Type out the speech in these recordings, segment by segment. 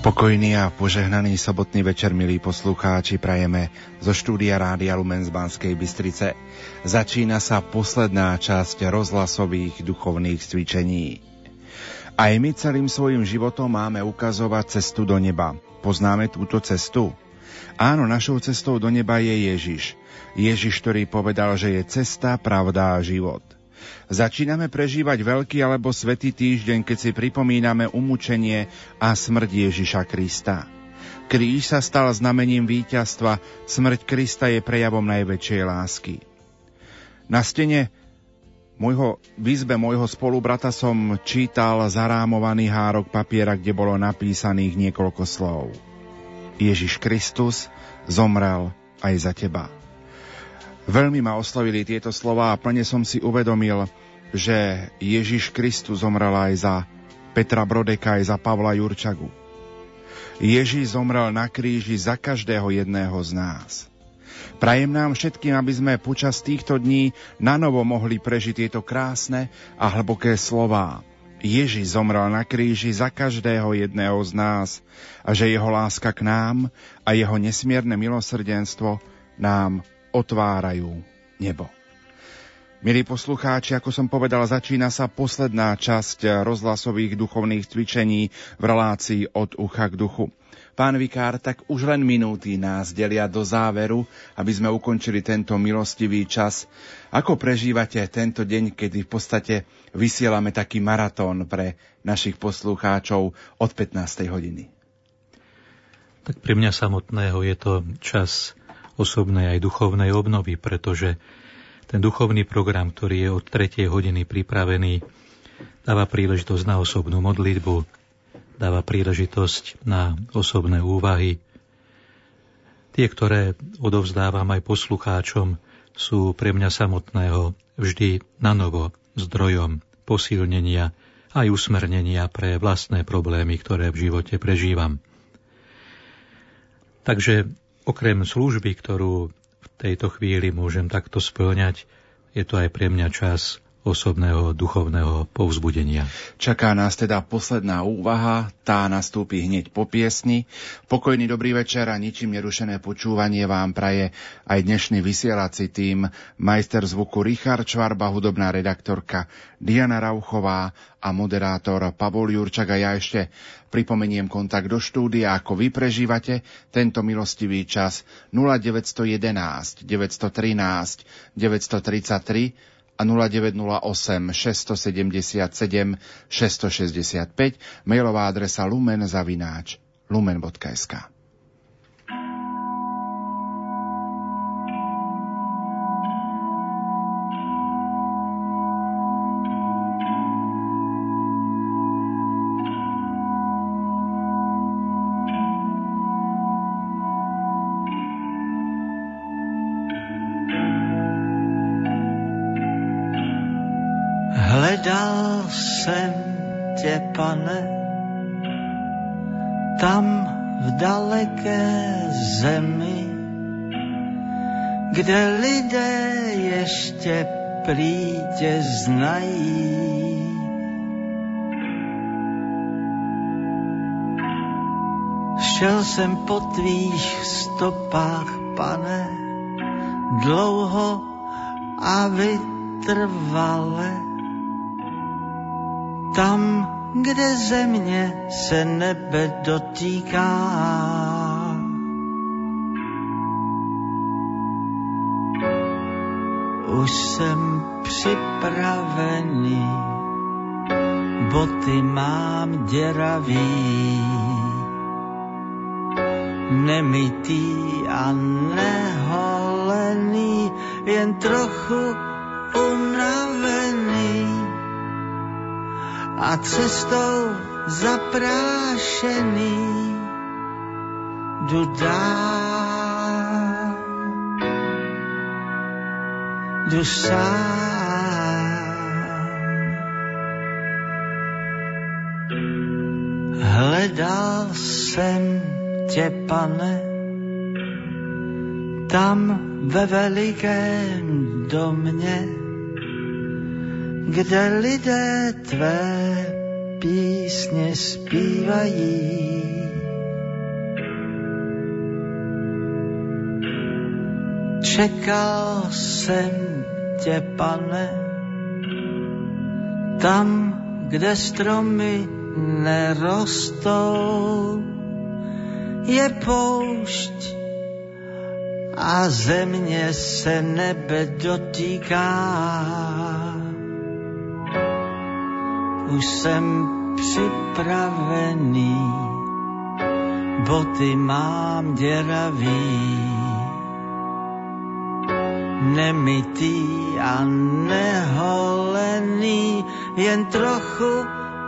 Pokojný a požehnaný sobotný večer, milí poslucháči, prajeme zo štúdia Rádia Lumen z Banskej Bystrice. Začína sa posledná časť rozhlasových duchovných cvičení. Aj my celým svojim životom máme ukazovať cestu do neba. Poznáme túto cestu? Áno, našou cestou do neba je Ježiš. Ježiš, ktorý povedal, že je cesta, pravda a život. Začíname prežívať veľký alebo svätý týždeň, keď si pripomíname umúčenie a smrť Ježiša Krista. Kríž sa stal znamením víťazstva, smrť Krista je prejavom najväčšej lásky. Na stene v izbe môjho spolubrata som čítal zarámovaný hárok papiera, kde bolo napísaných niekoľko slov. Ježiš Kristus zomrel aj za teba. Veľmi ma oslovili tieto slová a plne som si uvedomil, že Ježiš Kristus zomrel aj za Petra Brodeka, aj za Pavla Jurčagu. Ježiš zomrel na kríži za každého jedného z nás. Prajem nám všetkým, aby sme počas týchto dní nanovo mohli prežiť tieto krásne a hlboké slová. Ježiš zomrel na kríži za každého jedného z nás a že jeho láska k nám a jeho nesmierne milosrdenstvo nám otvárajú nebo. Milí poslucháči, ako som povedal, začína sa posledná časť rozhlasových duchovných cvičení v relácii Od ucha k duchu. Pán vikár, tak už len minúty nás delia do záveru, aby sme ukončili tento milostivý čas. Ako prežívate tento deň, kedy v podstate vysielame taký maratón pre našich poslucháčov od 15. hodiny? Tak pre mňa samotného je to čas osobnej aj duchovnej obnovy, pretože ten duchovný program, ktorý je od 3. hodiny pripravený, dáva príležitosť na osobnú modlitbu, dáva príležitosť na osobné úvahy. Tie, ktoré odovzdávam aj poslucháčom, sú pre mňa samotného vždy nanovo zdrojom posilnenia aj usmernenia pre vlastné problémy, ktoré v živote prežívam. Takže okrem služby, ktorú v tejto chvíli môžem takto spĺňať, je to aj pre mňa čas osobného duchovného povzbudenia. Čaká nás teda posledná úvaha, tá nastúpi hneď po piesni. Pokojný dobrý večer a ničím nerušené počúvanie vám praje aj dnešný vysielací tím, majster zvuku Richard Čvarba, hudobná redaktorka Diana Rauchová a moderátor Pavol Jurčak. A ja ešte pripomeniem kontakt do štúdia, ako vy prežívate tento milostivý čas 0911 913 933 a 0908 677 665, mailová adresa lumen@lumen.sk. Hledal jsem tě, Pane, tam v daleké zemi, kde lidé ještě prý tě znají. Šel jsem po tvých stopách, Pane, dlouho a vytrvale, tam, kde země se nebe dotýká. Už jsem připravený, boty mám děravý, nemytý a neholený, jen trochu unavený a cestou zaprášený jdu dál, jdu sám. Hledal jsem tě, Pane, tam ve velikém domě, kde lidé tvé písně zpívají. Čekal jsem tě, Pane, tam, kde stromy nerostou, je poušť a země se nebe dotýká. Už jsem připravený, boty mám děravý, nemytý a neholený, jen trochu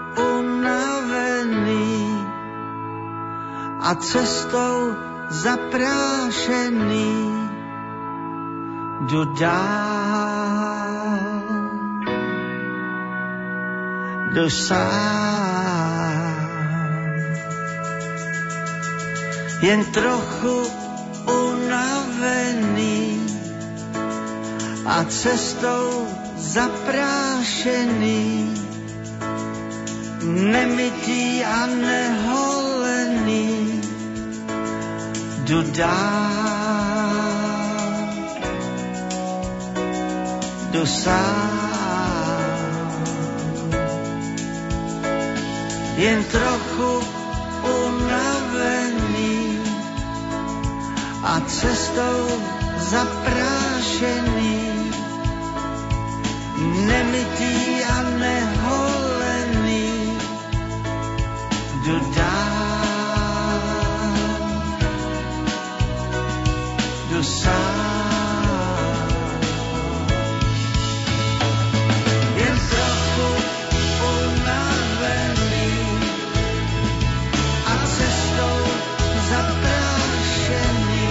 unavený a cestou zaprášený jdu dál, jdu sám, jen trochu unavený a cestou zaprášený, nemytý a neholený, jdu dál, jdu sám, jen trochu unavený a cestou zaprášený, nemytý a neholený, jdu dál, jdu sám, jen trochu unavený a cestou zaprášený,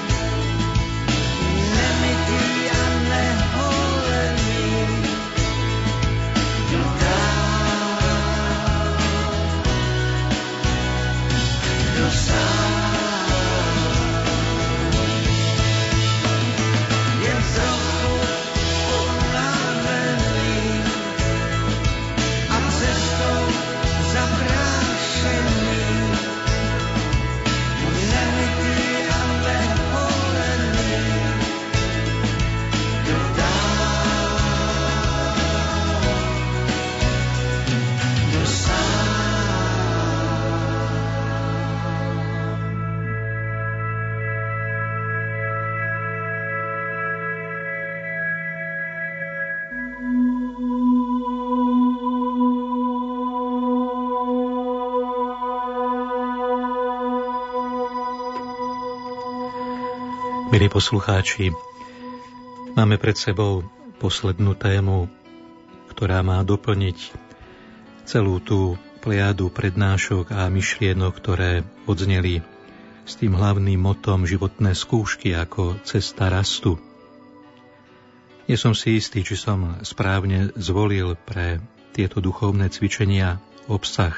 nemytý a neholený, jdu dál, jdu sám, jen trochu unavený a cestou zaprášený, nemytý a neholený, jdu dál, jdu sám. Milí poslucháči, máme pred sebou poslednú tému, ktorá má doplniť celú tú plejadu prednášok a myšlienok, ktoré odzneli s tým hlavným motom životné skúšky ako cesta rastu. Nie som si istý, či som správne zvolil pre tieto duchovné cvičenia obsah,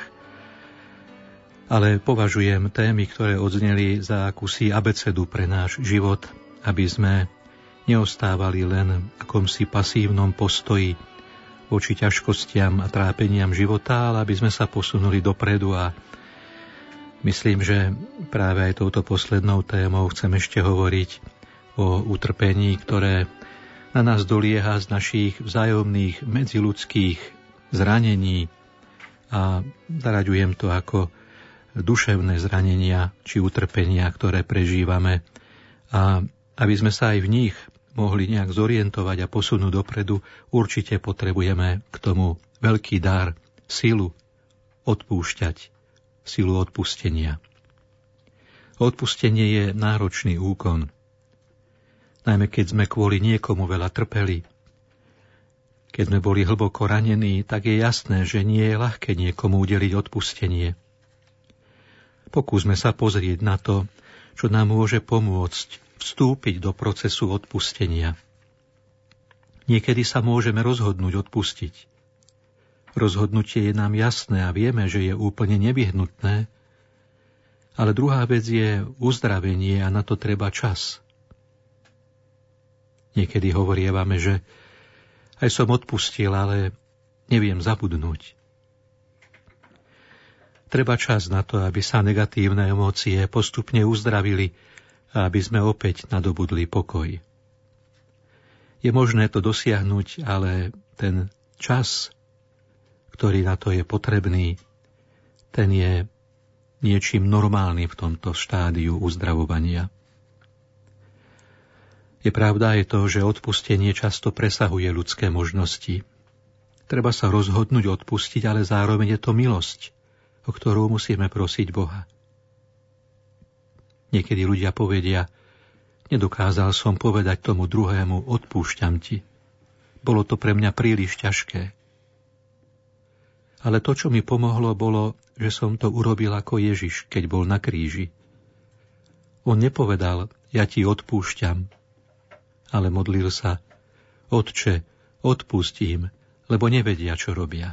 ale považujem témy, ktoré odzneli za akúsi abecedu pre náš život, aby sme neostávali len v akomsi pasívnom postoji voči ťažkostiam a trápeniam života, ale aby sme sa posunuli dopredu a myslím, že práve aj touto poslednou témou chcem ešte hovoriť o utrpení, ktoré na nás dolieha z našich vzájomných medziľudských zranení a zaraďujem to ako duševné zranenia či utrpenia, ktoré prežívame a aby sme sa aj v nich mohli nejak zorientovať a posunúť dopredu, určite potrebujeme k tomu veľký dar, silu odpúšťať, silu odpustenia. Odpustenie je náročný úkon, najmä keď sme kvôli niekomu veľa trpeli. Keď sme boli hlboko ranení, tak je jasné, že nie je ľahké niekomu udeliť odpustenie. Pokúsme sa pozrieť na to, čo nám môže pomôcť vstúpiť do procesu odpustenia. Niekedy sa môžeme rozhodnúť odpustiť. Rozhodnutie je nám jasné a vieme, že je úplne nevyhnutné, ale druhá vec je uzdravenie a na to treba čas. Niekedy hovorievame, že aj som odpustil, ale neviem zabudnúť. Treba čas na to, aby sa negatívne emócie postupne uzdravili a aby sme opäť nadobudli pokoj. Je možné to dosiahnuť, ale ten čas, ktorý na to je potrebný, ten je niečím normálnym v tomto štádiu uzdravovania. Je pravda aj to, že odpustenie často presahuje ľudské možnosti. Treba sa rozhodnúť odpustiť, ale zároveň je to milosť, o ktorú musíme prosiť Boha. Niekedy ľudia povedia, nedokázal som povedať tomu druhému, odpúšťam ti. Bolo to pre mňa príliš ťažké. Ale to, čo mi pomohlo, bolo, že som to urobil ako Ježiš, keď bol na kríži. On nepovedal, ja ti odpúšťam, ale modlil sa, Otče, odpustím, lebo nevedia, čo robia.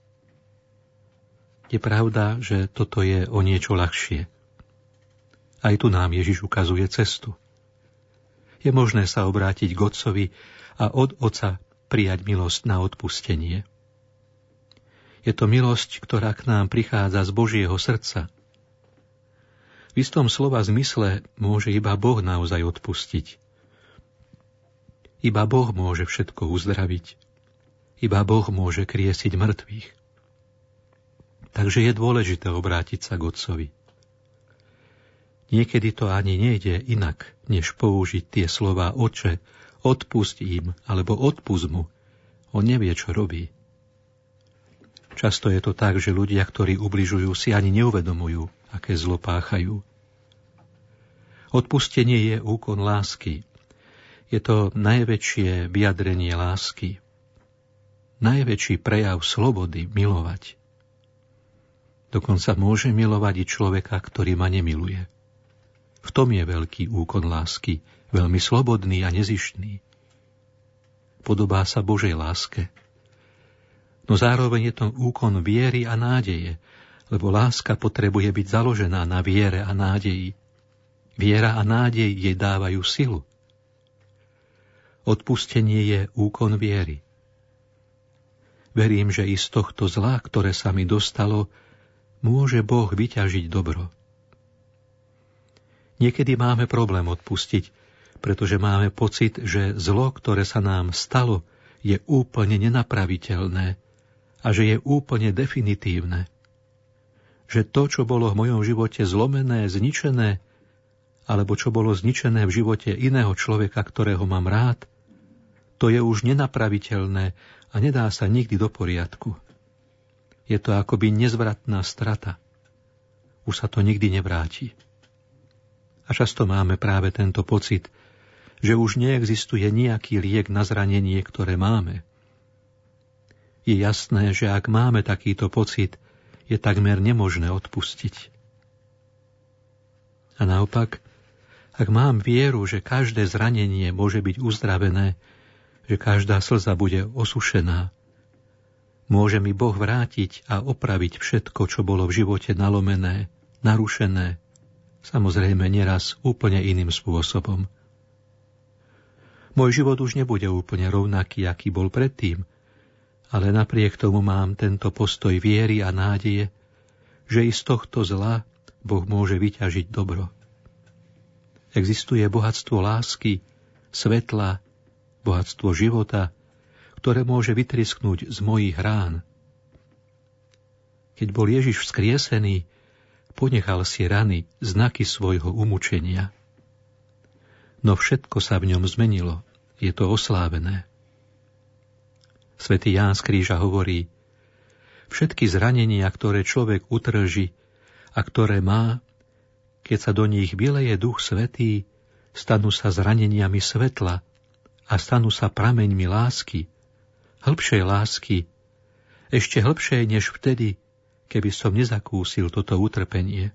Je pravda, že toto je o niečo ľahšie. Aj tu nám Ježiš ukazuje cestu. Je možné sa obrátiť k Otcovi a od Otca prijať milosť na odpustenie. Je to milosť, ktorá k nám prichádza z Božieho srdca. V istom slova zmysle môže iba Boh naozaj odpustiť. Iba Boh môže všetko uzdraviť. Iba Boh môže kriesiť mŕtvych. Takže je dôležité obrátiť sa k Otcovi. Niekedy to ani nejde inak, než použiť tie slová Otče, odpusť im, alebo odpusť mu. On nevie, čo robí. Často je to tak, že ľudia, ktorí ubližujú, si ani neuvedomujú, aké zlo páchajú. Odpustenie je úkon lásky. Je to najväčšie vyjadrenie lásky. Najväčší prejav slobody milovať. Dokonca môže milovať i človeka, ktorý ma nemiluje. V tom je veľký úkon lásky, veľmi slobodný a nezištný. Podobá sa Božej láske. No zároveň je to úkon viery a nádeje, lebo láska potrebuje byť založená na viere a nádeji. Viera a nádej jej dávajú silu. Odpustenie je úkon viery. Verím, že i z tohto zla, ktoré sa mi dostalo, môže Boh vyťažiť dobro. Niekedy máme problém odpustiť, pretože máme pocit, že zlo, ktoré sa nám stalo, je úplne nenapraviteľné a že je úplne definitívne. Že to, čo bolo v mojom živote zlomené, zničené, alebo čo bolo zničené v živote iného človeka, ktorého mám rád, to je už nenapraviteľné a nedá sa nikdy do poriadku. Je to akoby nezvratná strata. Už sa to nikdy nevráti. A často máme práve tento pocit, že už neexistuje nejaký liek na zranenie, ktoré máme. Je jasné, že ak máme takýto pocit, je takmer nemožné odpustiť. A naopak, ak mám vieru, že každé zranenie môže byť uzdravené, že každá slza bude osušená, môže mi Boh vrátiť a opraviť všetko, čo bolo v živote nalomené, narušené, samozrejme neraz úplne iným spôsobom. Môj život už nebude úplne rovnaký, aký bol predtým, ale napriek tomu mám tento postoj viery a nádeje, že i z tohto zla Boh môže vyťažiť dobro. Existuje bohatstvo lásky, svetla, bohatstvo života, ktoré môže vytrisknúť z mojich rán. Keď bol Ježiš vzkriesený, ponechal si rany, znaky svojho umučenia. No všetko sa v ňom zmenilo, je to oslávené. Svätý Ján z Kríža hovorí, všetky zranenia, ktoré človek utrží a ktoré má, keď sa do nich vyleje Duch Svätý, stanú sa zraneniami svetla a stanú sa prameňmi lásky, hĺbšej lásky, ešte hĺbšej než vtedy, keby som nezakúsil toto utrpenie.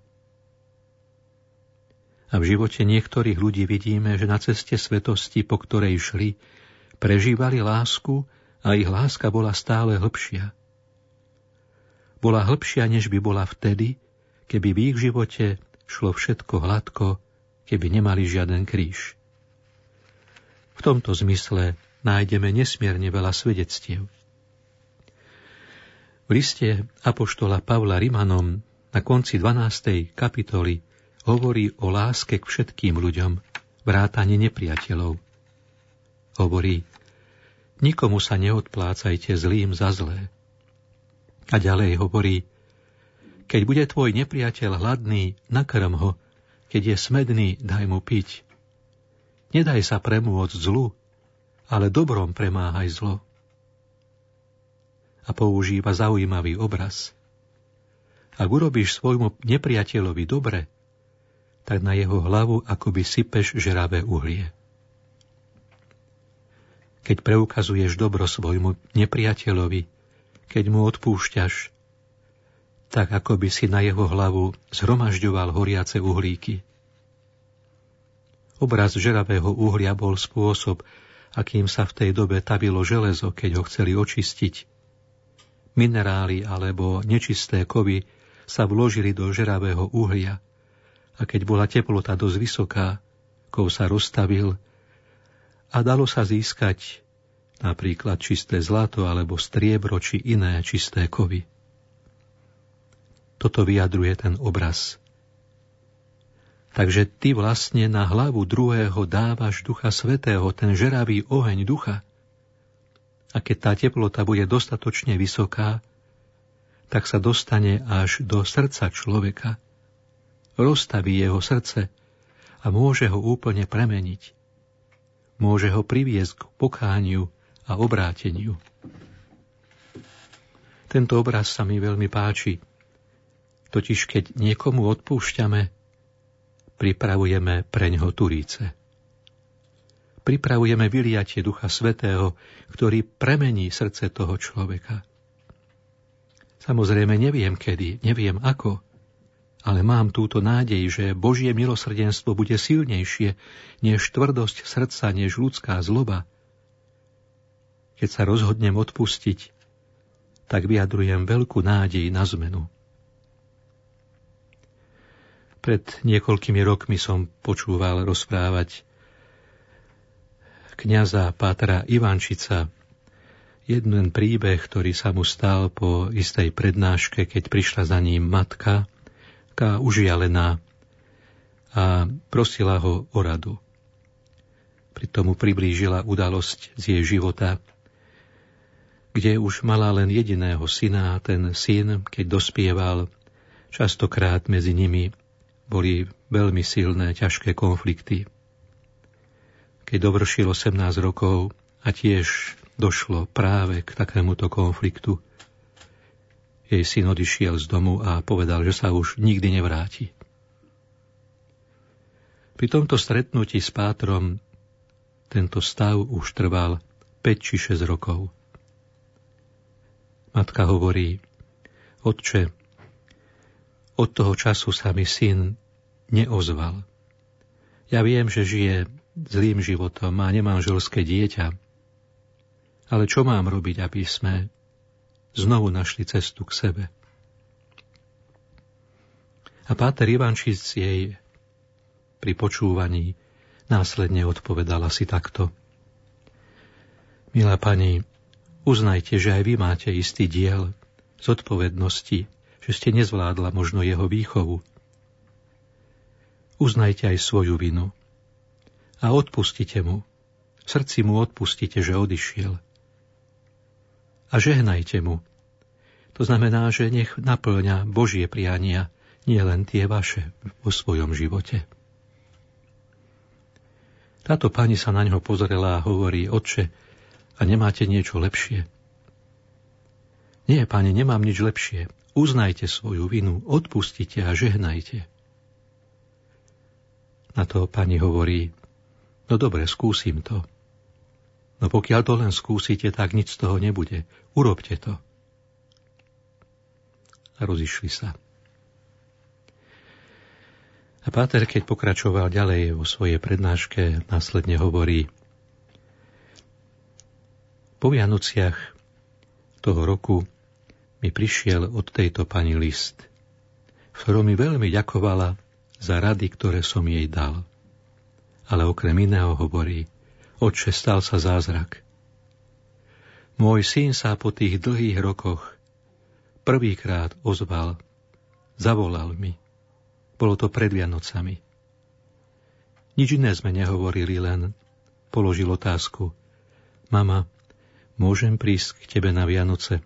A v živote niektorých ľudí vidíme, že na ceste svetosti, po ktorej šli, prežívali lásku a ich láska bola stále hĺbšia. Bola hĺbšia, než by bola vtedy, keby v ich živote šlo všetko hladko, keby nemali žiaden kríž. V tomto zmysle nájdeme nesmierne veľa svedectiev. V liste apoštola Pavla Rimanom na konci 12. kapitoly hovorí o láske k všetkým ľuďom, vrátane nepriateľov. Hovorí, Nikomu sa neodplácajte zlým za zlé. A ďalej hovorí, keď bude tvoj nepriateľ hladný, nakrm ho, keď je smedný, daj mu piť. Nedaj sa premôcť zlu, ale dobrom premáhaj zlo. A používa zaujímavý obraz. Ak urobíš svojmu nepriateľovi dobre, tak na jeho hlavu akoby sypeš žeravé uhlie. Keď preukazuješ dobro svojmu nepriateľovi, keď mu odpúšťaš, tak ako by si na jeho hlavu zhromažďoval horiace uhlíky. Obraz žeravého uhlia bol spôsob, akým sa v tej dobe tavilo železo, keď ho chceli očistiť. Minerály alebo nečisté kovy sa vložili do žeravého uhlia a keď bola teplota dosť vysoká, kov sa roztavil a dalo sa získať napríklad čisté zlato alebo striebro či iné čisté kovy. Toto vyjadruje ten obraz. Takže ty vlastne na hlavu druhého dávaš Ducha Svätého, ten žeravý oheň ducha. A keď tá teplota bude dostatočne vysoká, tak sa dostane až do srdca človeka. Roztaví jeho srdce a môže ho úplne premeniť. Môže ho priviesť k pokániu a obráteniu. Tento obraz sa mi veľmi páči. Totiž keď niekomu odpúšťame, pripravujeme preňho turíce. Pripravujeme vyliatie Ducha Svätého, ktorý premení srdce toho človeka. Samozrejme neviem kedy, neviem ako, ale mám túto nádej, že Božie milosrdenstvo bude silnejšie než tvrdosť srdca, než ľudská zloba. Keď sa rozhodnem odpustiť, tak vyjadrujem veľkú nádej na zmenu. Pred niekoľkými rokmi som počúval rozprávať kňaza pátra Ivančica jeden príbeh, ktorý sa mu stal po istej prednáške, keď prišla za ním matka, taká užialená, a prosila ho o radu. Pritom mu priblížila udalosť z jej života, kde už mala len jediného syna a ten syn, keď dospieval, častokrát medzi nimi boli veľmi silné, ťažké konflikty. Keď dovršil 18 rokov a tiež došlo práve k takémuto konfliktu, jej syn odišiel z domu a povedal, že sa už nikdy nevráti. Pri tomto stretnutí s pátrom tento stav už trval 5 či 6 rokov. Matka hovorí, otče, od toho času sa mi syn neozval. Ja viem, že žije zlým životom, má nemanželské dieťa, ale čo mám robiť, aby sme znovu našli cestu k sebe? A páter Ivančic jej pri počúvaní následne odpovedal asi takto. Milá pani, uznajte, že aj vy máte istý diel zodpovednosti, že ste nezvládla možno jeho výchovu. Uznajte aj svoju vinu a odpustite mu. V srdci mu odpustite, že odišiel. A žehnajte mu. To znamená, že nech naplňa Božie priania, nie len tie vaše vo svojom živote. Táto pani sa na ňo pozrela a hovorí, otče, a nemáte niečo lepšie? Nie, pani, nemám nič lepšie. Uznajte svoju vinu, odpustite a žehnajte. Na to pani hovorí, no dobre, skúsim to. No pokiaľ to len skúsite, tak nič z toho nebude. Urobte to. A rozišli sa. A páter, keď pokračoval ďalej vo svojej prednáške, následne hovorí, po Vianociach toho roku mi prišiel od tejto pani list, v ktorom mi veľmi ďakovala za rady, ktoré som jej dal. Ale okrem iného hovorí, otče, stal sa zázrak. Môj syn sa po tých dlhých rokoch prvýkrát ozval, zavolal mi. Bolo to pred Vianocami. Nič iné sme nehovorili, len položil otázku. Mama, môžem prísť k tebe na Vianoce.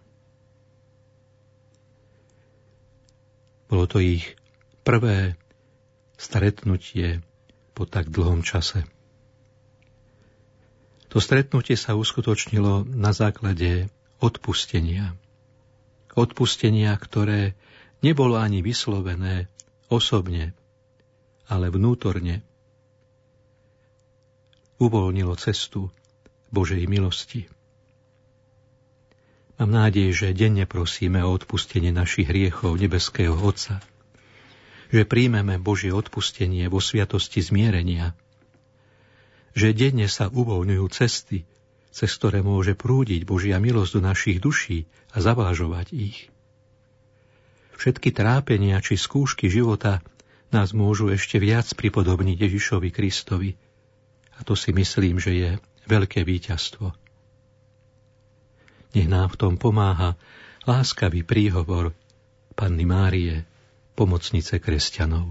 Bolo to ich prvé stretnutie po tak dlhom čase. To stretnutie sa uskutočnilo na základe odpustenia. Odpustenia, ktoré nebolo ani vyslovené osobne, ale vnútorne. Uvoľnilo cestu Božej milosti. Mám nádej, že denne prosíme o odpustenie našich hriechov nebeského Otca, že príjmeme Božie odpustenie vo sviatosti zmierenia, že denne sa uvoľňujú cesty, cez ktoré môže prúdiť Božia milosť do našich duší a zavážovať ich. Všetky trápenia či skúšky života nás môžu ešte viac pripodobniť Ježišovi Kristovi. A to si myslím, že je veľké víťazstvo. Nech nám v tom pomáha láskavý príhovor Panny Márie, pomocnice kresťanov.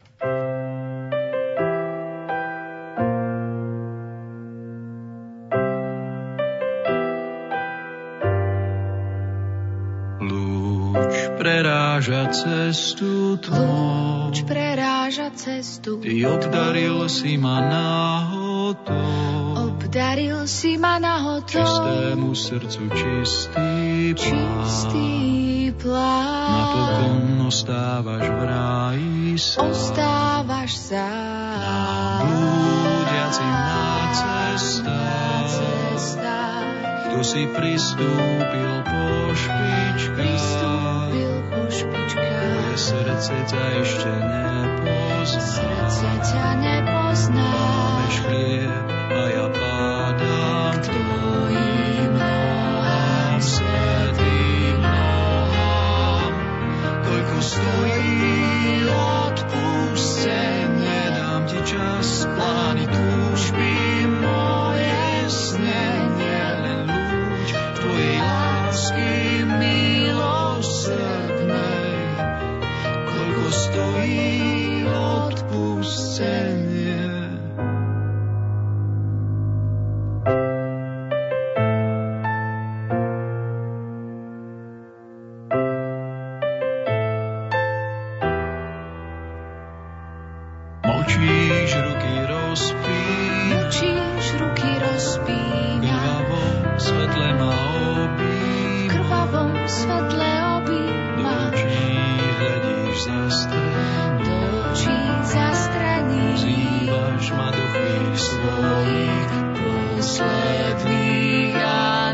Preráža cestu tmou. Lúč preráža cestu. Ty obdaril si ma nahotou. Obdaril si ma nahotou. Čistému srdcu čistý plán. Čistý plán. Napokon ostávaš v ráji sám. Ostávaš sám. Blúdiacim na cestách. Kto si pristúpil po špičkách. Moje srdce ťa ešte nepozná. Máš chlieb a ja pádam k tvojim nohám, svätým nohám. Koľko stojí odpustenie, dám ti čas, plány, túžby moje snenie, len lúč tvojej lásky milosrdnej. Koľko stojí odpustenie. Močíš ruky rozpína. Krvavom svetle ma objíma. Krvavom svetle objíma. Do očí zastrených. Vzývaš ma do chvíľ svojich posledných a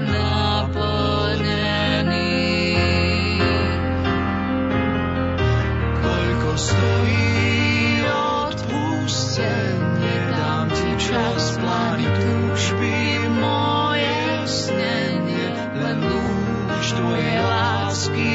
naplnených. Koľko stojí odpustenie, dám ti čas, plány, túžby moje snenie, len lúč tvojej lásky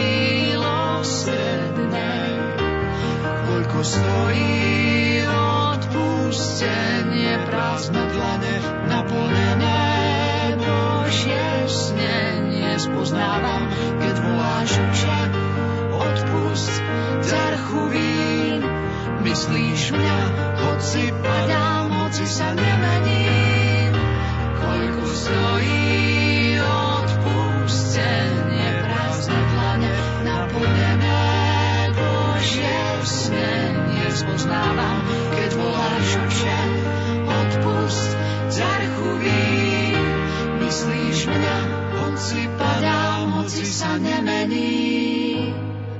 milosrdnej. Koľko stojí odpustenie, prázdne dlane naplnené Božie snenie. Spoznávam, keď voláš oče, odpusť ťarchu vín. Myslíš mňa, hoci padám, hoci sa nemením. Koľko stojí odpustenie, prázdne dlane naplnené Božie snenie. Spoznávam, keď voláš oče, odpusť ťarchu vín. Myslíš mňa, hoci padám, hoci sa nemením.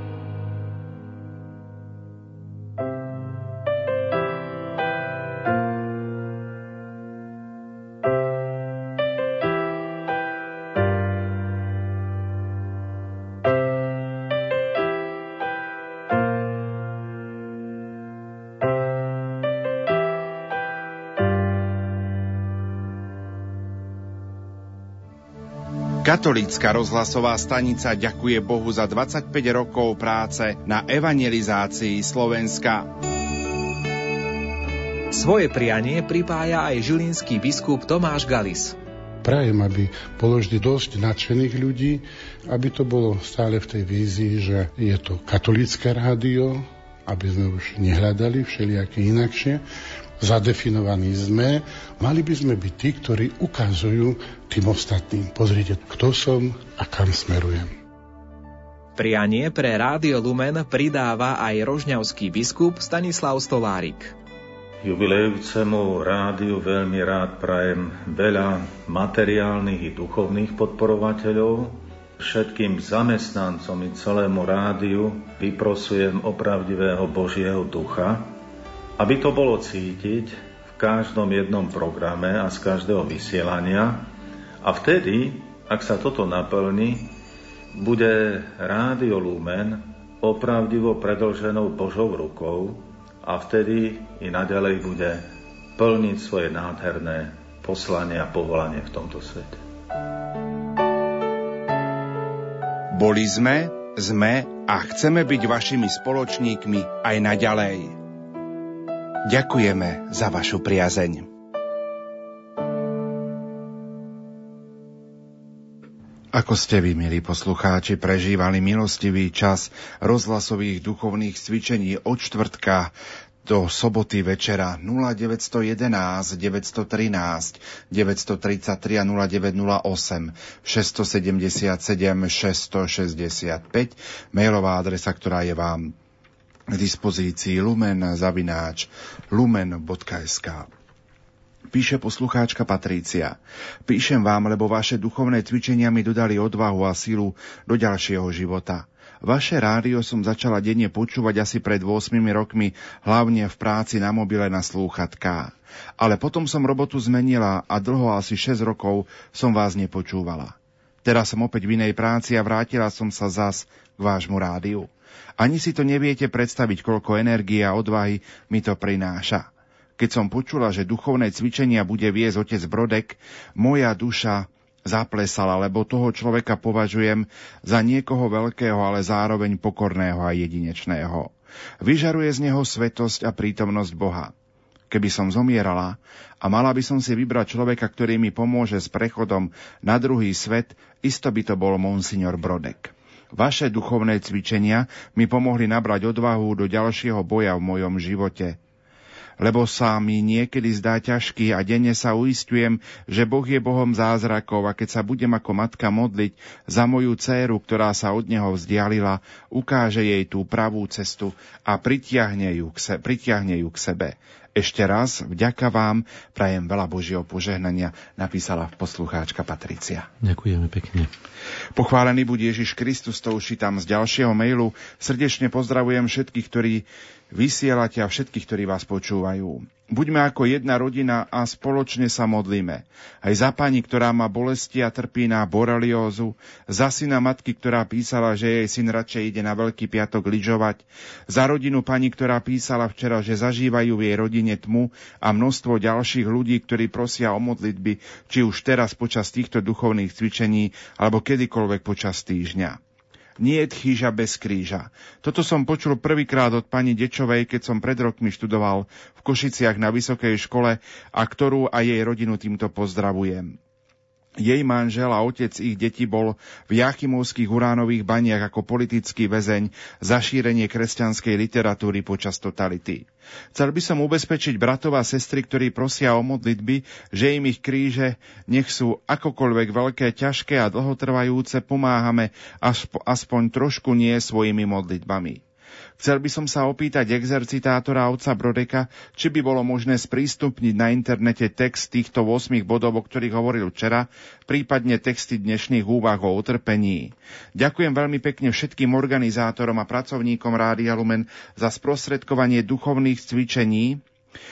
Katolícka rozhlasová stanica ďakuje Bohu za 25 rokov práce na evangelizácii Slovenska. Svoje prianie pripája aj žilinský biskup Tomáš Galis. Prajem, aby bolo vždy dosť nadšených ľudí, aby to bolo stále v tej vízii, že je to katolícke rádio, aby sme už nehľadali všelijaké inakšie, zadefinovaní sme, mali by sme byť tí, ktorí ukazujú tým ostatným. Pozrite, kto som a kam smerujem. Prianie pre Rádio Lumen pridáva aj rožňavský biskup Stanislav Stolárik. Jubilejúcemu rádiu veľmi rád prajem veľa materiálnych i duchovných podporovateľov. Všetkým zamestnancom i celému rádiu vyprosujem opravdivého Božieho ducha, aby to bolo cítiť v každom jednom programe a z každého vysielania. A vtedy, ak sa toto naplní, bude Rádio Lumen opravdivo predĺženou Božou rukou a vtedy i naďalej bude plniť svoje nádherné poslanie a povolanie v tomto svete. Boli sme a chceme byť vašimi spoločníkmi aj naďalej. Ďakujeme za vašu priazeň. Ako ste vy, milí poslucháči, prežívali milostivý čas rozhlasových duchovných cvičení od štvrtka do soboty večera 0911 913 933 a 0908 677 665, mailová adresa, ktorá je vám k dispozícii lumen@lumen.sk. Píše poslucháčka Patrícia. Píšem vám, lebo vaše duchovné cvičenia mi dodali odvahu a silu do ďalšieho života. Vaše rádio som začala denne počúvať asi pred 8 rokmi, hlavne v práci na mobile na slúchatká. Ale potom som robotu zmenila a dlho, asi 6 rokov, som vás nepočúvala. Teraz som opäť v inej práci a vrátila som sa zas k vášmu rádiu. Ani si to neviete predstaviť, koľko energie a odvahy mi to prináša. Keď som počula, že duchovné cvičenia bude viesť otec Brodek, moja duša zaplesala, lebo toho človeka považujem za niekoho veľkého, ale zároveň pokorného a jedinečného. Vyžaruje z neho svetosť a prítomnosť Boha. Keby som zomierala a mala by som si vybrať človeka, ktorý mi pomôže s prechodom na druhý svet, isto by to bol monsignor Brodek. Vaše duchovné cvičenia mi pomohli nabrať odvahu do ďalšieho boja v mojom živote, lebo sa mi niekedy zdá ťažký a denne sa uisťujem, že Boh je Bohom zázrakov a keď sa budem ako matka modliť za moju dcéru, ktorá sa od neho vzdialila, ukáže jej tú pravú cestu a pritiahne ju k sebe. Ešte raz vďaka vám, prajem veľa Božieho požehnania, napísala poslucháčka Patrícia. Ďakujeme pekne. Pochválený buď Ježiš Kristus, to už čítam z ďalšieho mailu. Srdečne pozdravujem všetkých, ktorí vysielate a všetkých, ktorí vás počúvajú. Buďme ako jedna rodina a spoločne sa modlíme. Aj za pani, ktorá má bolesti a trpí na boreliózu, za syna matky, ktorá písala, že jej syn radšej ide na Veľký piatok lyžovať, za rodinu pani, ktorá písala včera, že zažívajú v jej rodine tmu a množstvo ďalších ľudí, ktorí prosia o modlitby, či už teraz počas týchto duchovných cvičení, alebo kedykoľvek počas týždňa. Niet chýža bez kríža. Toto som počul prvýkrát od pani Dečovej, keď som pred rokmi študoval v Košiciach na vysokej škole a ktorú a jej rodinu týmto pozdravujem. Jej manžel a otec ich detí bol v Jachimovských uránových baniach ako politický väzeň za šírenie kresťanskej literatúry počas totality. Chcel by som ubezpečiť bratov a sestry, ktorí prosia o modlitby, že im ich kríže, nech sú akokoľvek veľké, ťažké a dlhotrvajúce, pomáhame aspoň trošku nie svojimi modlitbami. Chcel by som sa opýtať exercitátora otca Brodeka, či by bolo možné sprístupniť na internete text týchto 8 bodov, o ktorých hovoril včera, prípadne texty dnešných úvah o utrpení. Ďakujem veľmi pekne všetkým organizátorom a pracovníkom Rádia Lumen za sprostredkovanie duchovných cvičení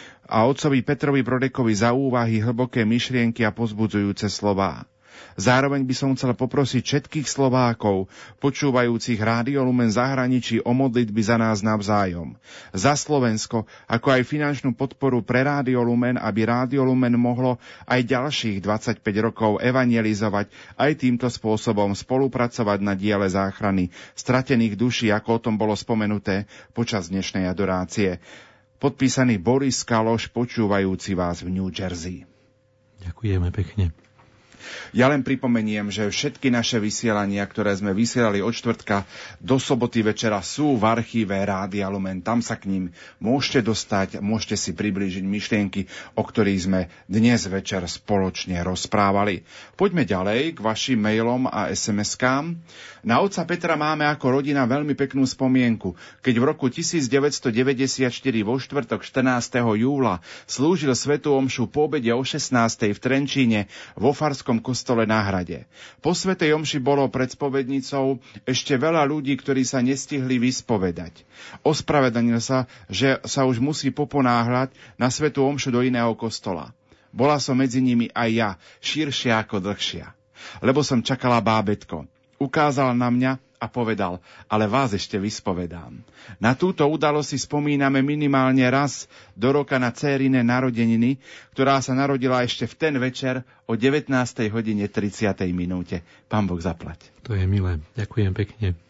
a otcovi Petrovi Brodekovi za úvahy, hlboké myšlienky a povzbudzujúce slová. Zároveň by som chcel poprosiť všetkých Slovákov, počúvajúcich Rádio Lumen zahraničí, o modlitby za nás navzájom. Za Slovensko, ako aj finančnú podporu pre Rádio Lumen, aby Rádio Lumen mohlo aj ďalších 25 rokov evangelizovať, aj týmto spôsobom spolupracovať na diele záchrany stratených duší, ako o tom bolo spomenuté počas dnešnej adorácie. Podpísaný Boris Kaloš, počúvajúci vás v New Jersey. Ďakujeme pekne. Ja len pripomeniem, že všetky naše vysielania, ktoré sme vysielali od štvrtka do soboty večera, sú v archíve Rádia Lumen. Tam sa k ním môžete dostať, môžete si priblížiť myšlienky, o ktorých sme dnes večer spoločne rozprávali. Poďme ďalej k vašim mailom a SMS-kám. Na otca Petra máme ako rodina veľmi peknú spomienku, keď v roku 1994 vo štvrtok 14. júla slúžil svätú omšu po obede o 16. v Trenčíne vo farskom kostole na Hrade. Po svätej omši bolo pred spovednicou ešte veľa ľudí, ktorí sa nestihli vyspovedať. Ospravedlnil sa, že sa už musí poponáhľať na svätú omšu do iného kostola. Bola som medzi nimi aj ja, širšia ako dlhšia, lebo som čakala bábätko. Ukázal na mňa a povedal, ale vás ešte vyspovedám. Na túto udalosť si spomíname minimálne raz do roka na dcérine narodeniny, ktorá sa narodila ešte v ten večer o 19:30. Pán Boh zaplať. To je milé. Ďakujem pekne.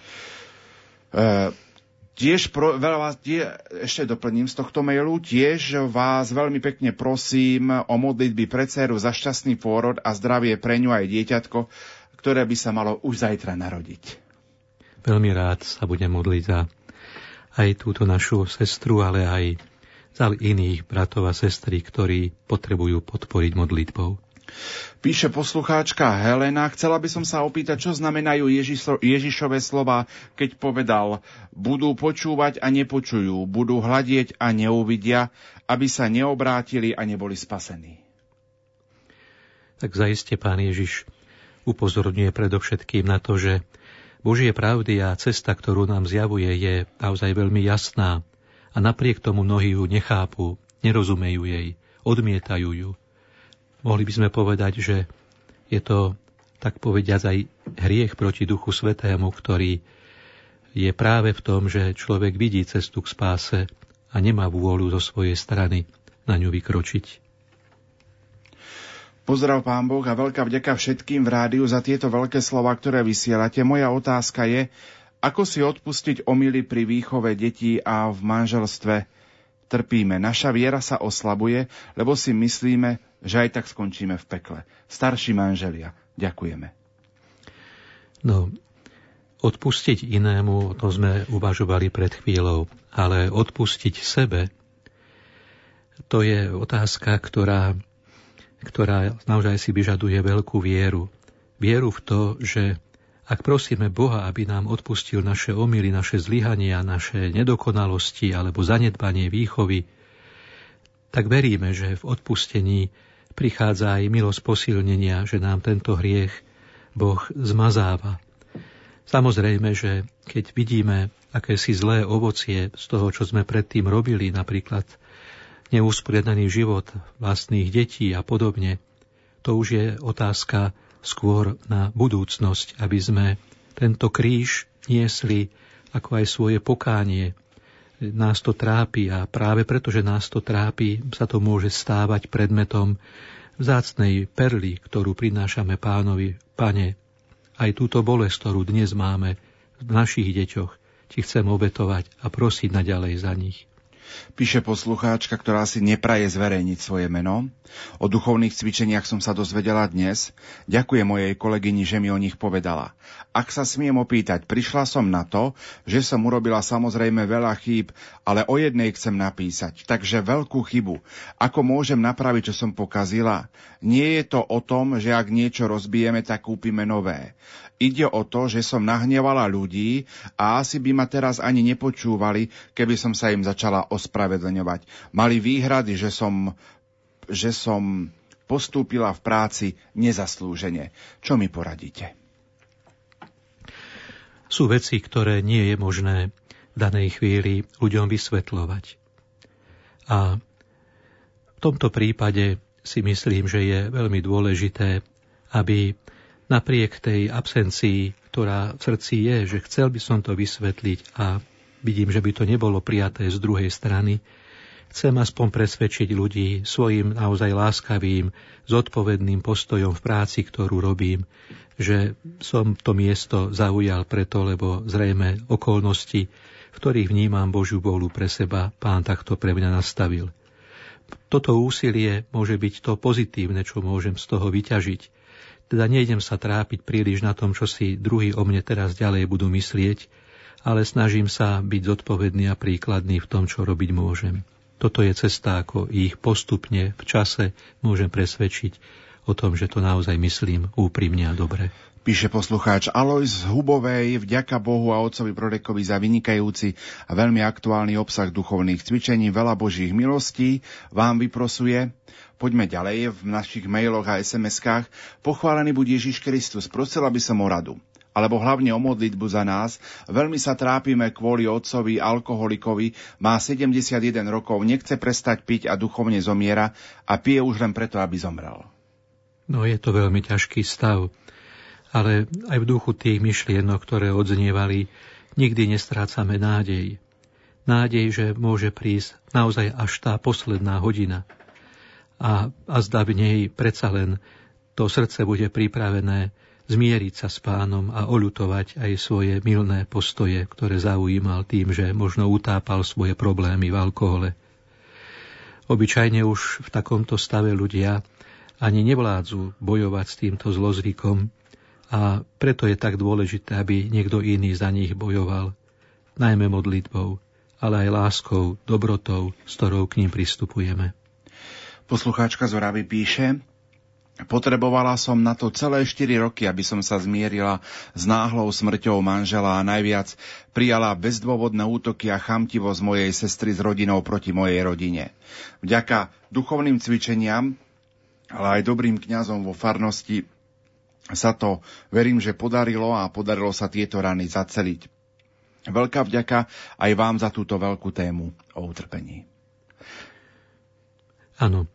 Ešte doplním z tohto mailu, tiež vás veľmi pekne prosím o modlitby pre dceru za šťastný pôrod a zdravie pre ňu aj dieťatko, ktoré by sa malo už zajtra narodiť. Veľmi rád sa budem modliť za aj túto našu sestru, ale aj za iných bratov a sestry, ktorí potrebujú podporiť modlitbou. Píše poslucháčka Helena, chcela by som sa opýtať, čo znamenajú Ježišove slova, keď povedal, budú počúvať a nepočujú, budú hľadieť a neuvidia, aby sa neobrátili a neboli spasení. Tak zaiste Pán Ježiš upozorňuje predovšetkým na to, že Božie pravdy a cesta, ktorú nám zjavuje, je naozaj veľmi jasná a napriek tomu mnohí ju nechápu, nerozumejú jej, odmietajú ju. Mohli by sme povedať, že je to, tak povediac, aj hriech proti Duchu Svätému, ktorý je práve v tom, že človek vidí cestu k spáse a nemá vôľu zo svojej strany na ňu vykročiť. Pozdrav Pán Boh a veľká vďaka všetkým v rádiu za tieto veľké slová, ktoré vysielate. Moja otázka je, ako si odpustiť omyly pri výchove detí a v manželstve trpíme. Naša viera sa oslabuje, lebo si myslíme, že aj tak skončíme v pekle. Starší manželia, ďakujeme. No, odpustiť inému, to sme uvažovali pred chvíľou, ale odpustiť sebe, to je otázka, ktorá naozaj si vyžaduje veľkú vieru. Vieru v to, že ak prosíme Boha, aby nám odpustil naše omyly, naše zlyhania, naše nedokonalosti alebo zanedbanie výchovy, tak veríme, že v odpustení prichádza aj milosť posilnenia, že nám tento hriech Boh zmazáva. Samozrejme, že keď vidíme akési zlé ovocie z toho, čo sme predtým robili, napríklad neusporiadaný život vlastných detí a podobne, to už je otázka skôr na budúcnosť, aby sme tento kríž niesli ako aj svoje pokánie. Nás to trápi a práve preto, že nás to trápi, sa to môže stávať predmetom vzácnej perly, ktorú prinášame Pánovi. Pane, aj túto bolesť, ktorú dnes máme v našich deťoch, ti chcem obetovať a prosiť naďalej za nich. Píše poslucháčka, ktorá si nepraje zverejniť svoje meno. O duchovných cvičeniach som sa dozvedela dnes. Ďakujem mojej kolegyni, že mi o nich povedala. Ak sa smiem opýtať, prišla som na to, že som urobila samozrejme veľa chýb, ale o jednej chcem napísať. Takže veľkú chybu. Ako môžem napraviť, čo som pokazila? Nie je to o tom, že ak niečo rozbijeme, tak kúpime nové. Ide o to, že som nahnevala ľudí a asi by ma teraz ani nepočúvali, keby som sa im začala ospravedlňovať. Mali výhrady, že som postúpila v práci nezaslúžene. Čo mi poradíte? Sú veci, ktoré nie je možné v danej chvíli ľuďom vysvetľovať. A v tomto prípade si myslím, že je veľmi dôležité, aby napriek tej absencii, ktorá v srdci je, že chcel by som to vysvetliť a vidím, že by to nebolo prijaté z druhej strany, chcem aspoň presvedčiť ľudí svojim naozaj láskavým, zodpovedným postojom v práci, ktorú robím, že som to miesto zaujal preto, lebo zrejme okolnosti, v ktorých vnímam Božiu vôľu pre seba, Pán takto pre mňa nastavil. Toto úsilie môže byť to pozitívne, čo môžem z toho vyťažiť. Teda nejdem sa trápiť príliš na tom, čo si druhí o mne teraz ďalej budú myslieť, ale snažím sa byť zodpovedný a príkladný v tom, čo robiť môžem. Toto je cesta, ako ich postupne v čase môžem presvedčiť o tom, že to naozaj myslím úprimne a dobre. Píše poslucháč Alojz z Hubovej, vďaka Bohu a otcovi Prodekovi za vynikajúci a veľmi aktuálny obsah duchovných cvičení, veľa Božích milostí vám vyprosuje. Poďme ďalej v našich mailoch a SMS-kách. Pochválený buď Ježiš Kristus, prosila by som o radu, alebo hlavne o modlitbu za nás. Veľmi sa trápime kvôli otcovi alkoholikovi, má 71 rokov, nechce prestať piť a duchovne zomiera a pije už len preto, aby zomrel. No je to veľmi ťažký stav. Ale aj v duchu tých myšlienok, ktoré odznievali, nikdy nestrácame nádej. Nádej, že môže prísť naozaj až tá posledná hodina. A zda v nej predsa len to srdce bude pripravené zmieriť sa s Pánom a oľutovať aj svoje mylné postoje, ktoré zaujímal tým, že možno utápal svoje problémy v alkohole. Obyčajne už v takomto stave ľudia ani nevládzu bojovať s týmto zlozvykom, a preto je tak dôležité, aby niekto iný za nich bojoval, najmä modlitbou, ale aj láskou, dobrotou, s ktorou k ním pristupujeme. Poslucháčka z Oravy píše: potrebovala som na to celé 4 roky, aby som sa zmierila s náhlou smrťou manžela a najviac prijala bezdôvodné útoky a chamtivosť mojej sestry s rodinou proti mojej rodine. Vďaka duchovným cvičeniam, ale aj dobrým kňazom vo farnosti sa to, verím, že podarilo sa tieto rany zaceliť. Veľká vďaka aj vám za túto veľkú tému o utrpení. Áno,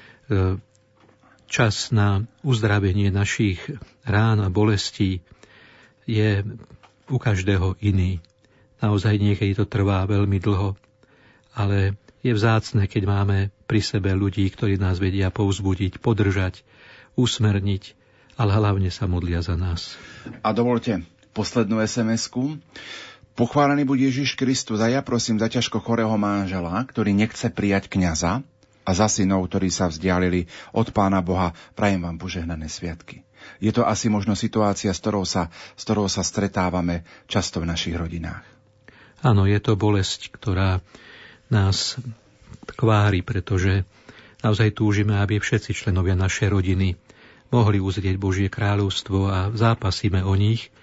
čas na uzdravenie našich rán a bolestí je u každého iný. Naozaj niekedy to trvá veľmi dlho, ale je vzácne, keď máme pri sebe ľudí, ktorí nás vedia povzbudiť, podržať, usmerniť, ale hlavne sa modlia za nás. A dovolte poslednú SMS-ku. Pochválený buď Ježiš Kristus a ja prosím za ťažko chorého manžela, ktorý nechce prijať kňaza, a za synov, ktorí sa vzdialili od Pána Boha. Prajem vám požehnané sviatky. Je to asi možno situácia, s ktorou sa stretávame často v našich rodinách. Áno, je to bolesť, ktorá nás kvári, pretože naozaj túžime, aby všetci členovia našej rodiny mohli uzrieť Božie kráľovstvo a zápasíme o nich.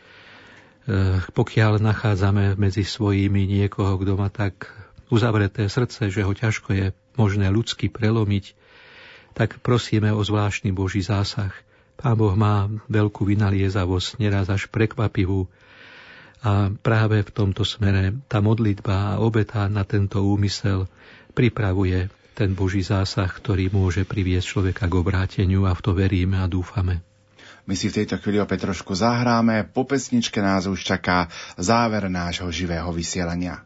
Pokiaľ nachádzame medzi svojimi niekoho, kto má tak uzavreté srdce, že ho ťažko je možné ľudsky prelomiť, tak prosíme o zvláštny Boží zásah. Pán Boh má veľkú vynaliezavosť, neraz až prekvapivú. A práve v tomto smere tá modlitba a obeta na tento úmysel pripravuje ten Boží zásah, ktorý môže priviesť človeka k obráteniu, a v to veríme a dúfame. My si v tejto chvíli opäť trošku zahráme. Po pesničke nás už čaká záver nášho živého vysielania.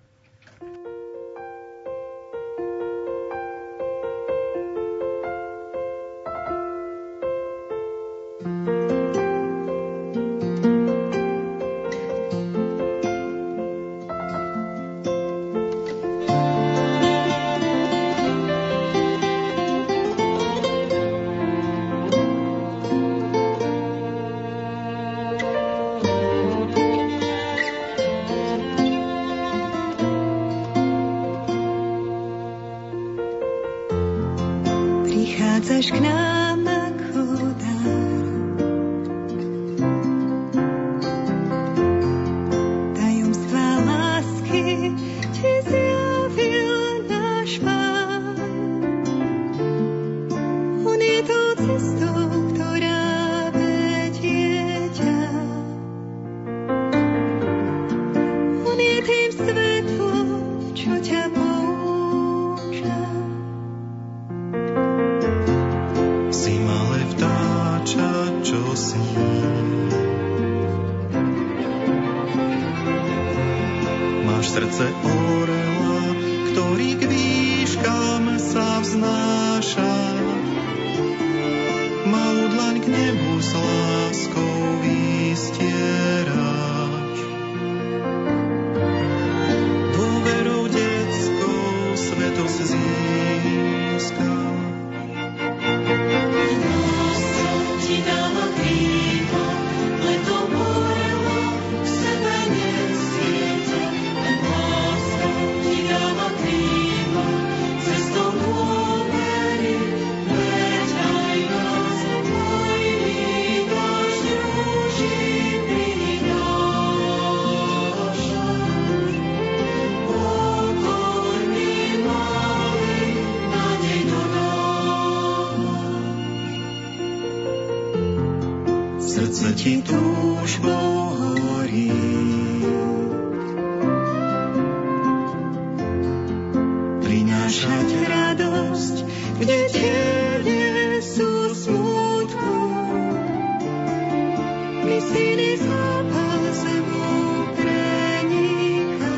Ti dala kríž. túžbou horí. Prinášať radosť, kde tiene sú smutku. Kysliny zápal zemou preniká.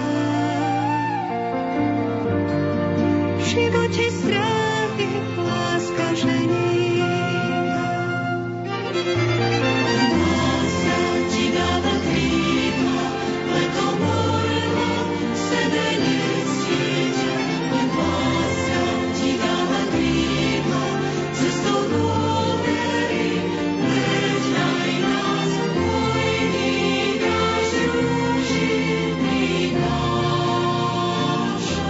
V živote strachy láska ženiká. Láska ti dáva krídla, letom orla, sedenec dieťa. Láska ti dáva krídla, cestou dôvery, leď aj nás, vojny náš rúži prináša.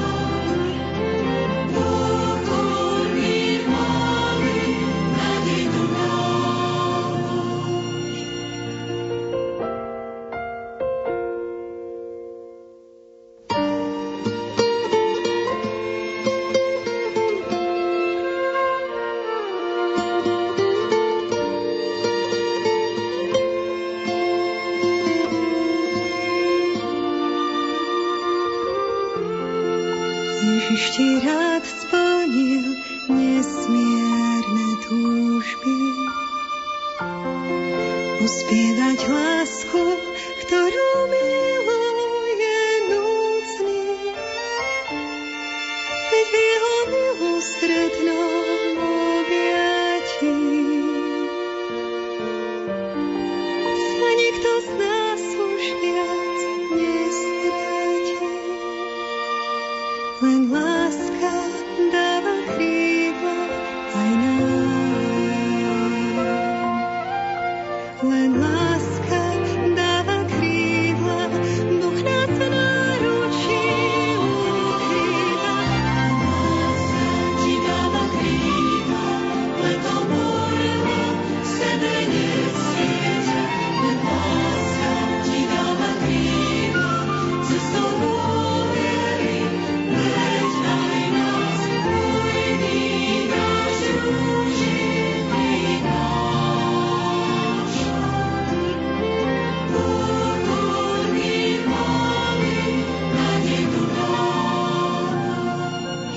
Pokorný malý, nádej tu dávaš. Ježiš ti rád splnil nesmierne túžby. Uspievať lásku, ktorú miluje núdzny. Veď v jeho milosrdnom objatí sa nikto z nás už viac nestratí. Len láska dáva krídla aj nám. Len láska dáva krídla, Boh nás v náručí ukrýva. Láska ti dáva krídla, letom orla, sedenec dieťa. Len láska ti dáva krídla, cestou dôvery, leď aj nás, vojny náš rúži prináša. Pokorný malý, nádej tu dávaš.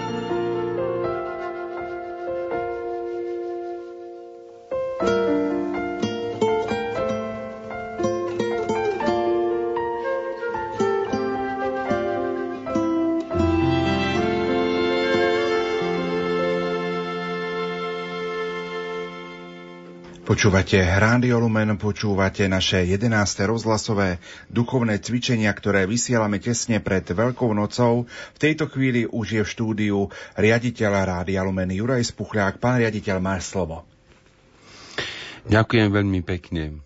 Počúvate Rádio Lumen, počúvate naše 11. rozhlasové duchovné cvičenia, ktoré vysielame tesne pred Veľkou nocou. V tejto chvíli už je v štúdiu riaditeľ Rádia Lumen Juraj Spuchľák. Pán riaditeľ, máš slovo. Ďakujem veľmi pekne.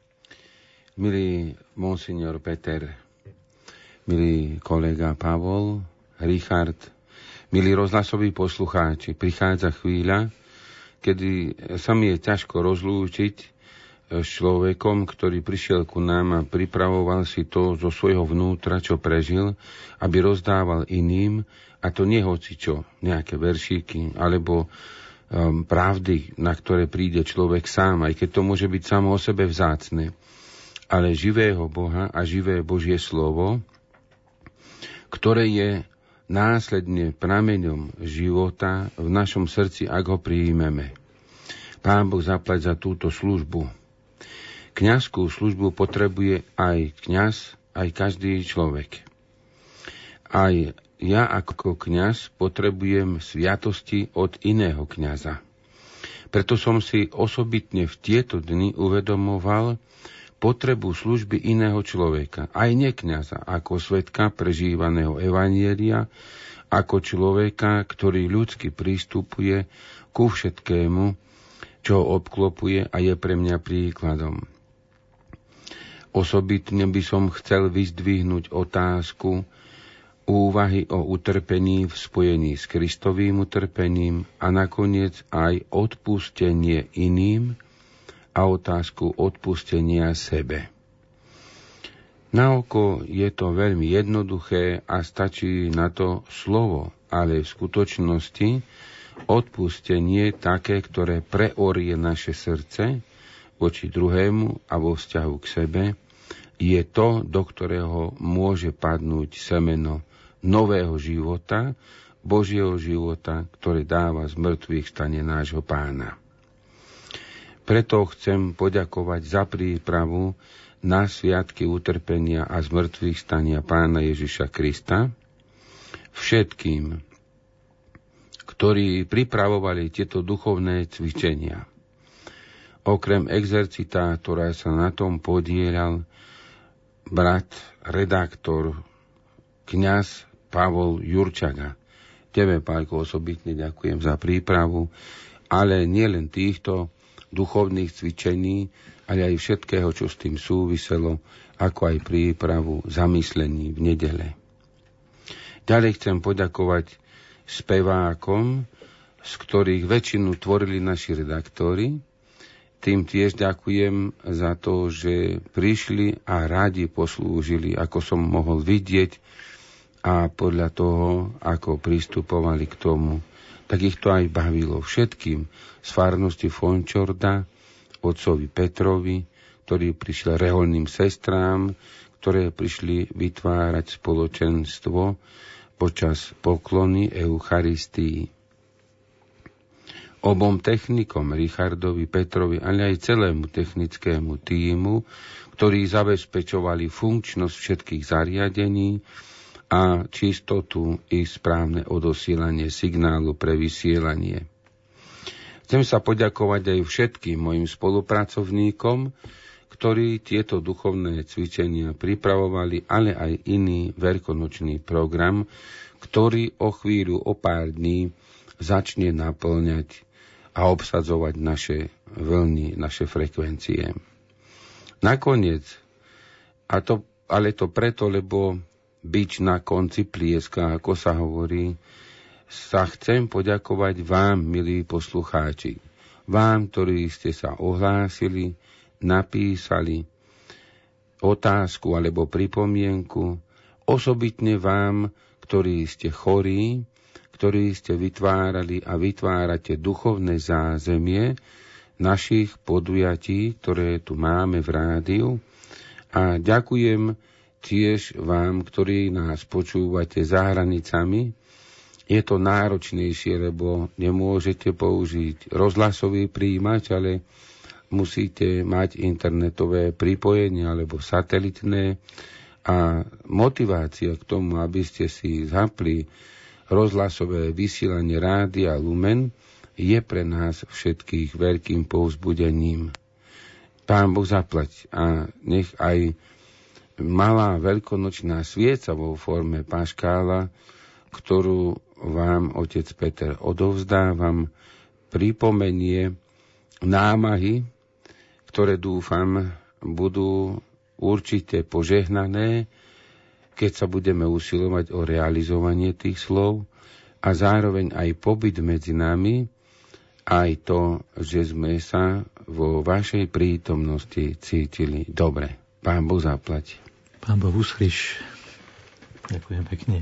Milý monsignor Peter, milý kolega Pavol, Richard, milí rozhlasoví poslucháči, prichádza chvíľa, kedy sa mi je ťažko rozlúčiť s človekom, ktorý prišiel ku nám a pripravoval si to zo svojho vnútra, čo prežil, aby rozdával iným, a to nie hocičo, nejaké veršíky, alebo pravdy, na ktoré príde človek sám, aj keď to môže byť samo o sebe vzácne, ale živého Boha a živé Božie slovo, ktoré je následne prameňom života v našom srdci, ak ho prijímeme. Pán Boh zaplať za túto službu. Kňazskú službu potrebuje aj kňaz, aj každý človek. Aj ja ako kňaz potrebujem sviatosti od iného kňaza. Preto som si osobitne v tieto dni uvedomoval potrebu služby iného človeka, aj nekňaza, ako svedka prežívaného evanjelia, ako človeka, ktorý ľudsky prístupuje ku všetkému, čo ho obklopuje a je pre mňa príkladom. Osobitne by som chcel vyzdvihnúť otázku úvahy o utrpení v spojení s Kristovým utrpením a nakoniec aj odpustenie iným a otázku odpustenia sebe. Na oko je to veľmi jednoduché a stačí na to slovo, ale v skutočnosti odpustenie také, ktoré preorie naše srdce, voči druhému a vo vzťahu k sebe je to, do ktorého môže padnúť semeno nového života, Božieho života, ktoré dáva z mŕtvych stane nášho Pána. Preto chcem poďakovať za prípravu na sviatky utrpenia a zmrtvých stania Pána Ježiša Krista všetkým, ktorí pripravovali tieto duchovné cvičenia. Okrem exercitátora sa na tom podieľal brat, redaktor, kňaz Pavol Jurčaga. Tebe, Pálko, osobitne ďakujem za prípravu, ale nielen týchto duchovných cvičení, ale aj všetkého, čo s tým súviselo, ako aj prípravu zamyslení v nedele. Ďalej chcem poďakovať spevákom, z ktorých väčšinu tvorili naši redaktori. Tým tiež ďakujem za to, že prišli a radi poslúžili, ako som mohol vidieť, a podľa toho, ako pristupovali k tomu, tak ich to aj bavilo všetkým z farnosti Fončorda, otcovi Petrovi, ktorý prišiel reholným sestrám, ktoré prišli vytvárať spoločenstvo počas poklony Eucharistii. Obom technikom, Richardovi, Petrovi, ale aj celému technickému tímu, ktorí zabezpečovali funkčnosť všetkých zariadení a čistotu i správne odosielanie signálu pre vysielanie. Chcem sa poďakovať aj všetkým mojim spolupracovníkom, ktorí tieto duchovné cvičenia pripravovali, ale aj iný veľkonočný program, ktorý o chvíľu, o pár dní začne naplňať a obsadzovať naše vlny, naše frekvencie. Nakoniec, ale to preto, lebo bič na konci plieska, ako sa hovorí, sa chcem poďakovať vám, milí poslucháči. Vám, ktorí ste sa ohlásili, napísali otázku alebo pripomienku, osobitne vám, ktorí ste chorí, ktorí ste vytvárali a vytvárate duchovné zázemie našich podujatí, ktoré tu máme v rádiu. A ďakujem tiež vám, ktorí nás počúvate za hranicami. Je to náročnejšie, lebo nemôžete použiť rozhlasový príjimač, ale musíte mať internetové pripojenie alebo satelitné. A motivácia k tomu, aby ste si zapli rozhlasové vysielanie Rádia Lumen, je pre nás všetkých veľkým povzbudením. Pán Boh zaplať a nech aj malá veľkonočná svieca vo forme paškála, ktorú vám, otec Peter, odovzdávam, pripomenie námahy, ktoré dúfam budú určite požehnané, keď sa budeme usilovať o realizovanie tých slov a zároveň aj pobyt medzi nami, aj to, že sme sa vo vašej prítomnosti cítili dobre. Pán Boh zaplať. Pán Boh uslíš. Ďakujem pekne.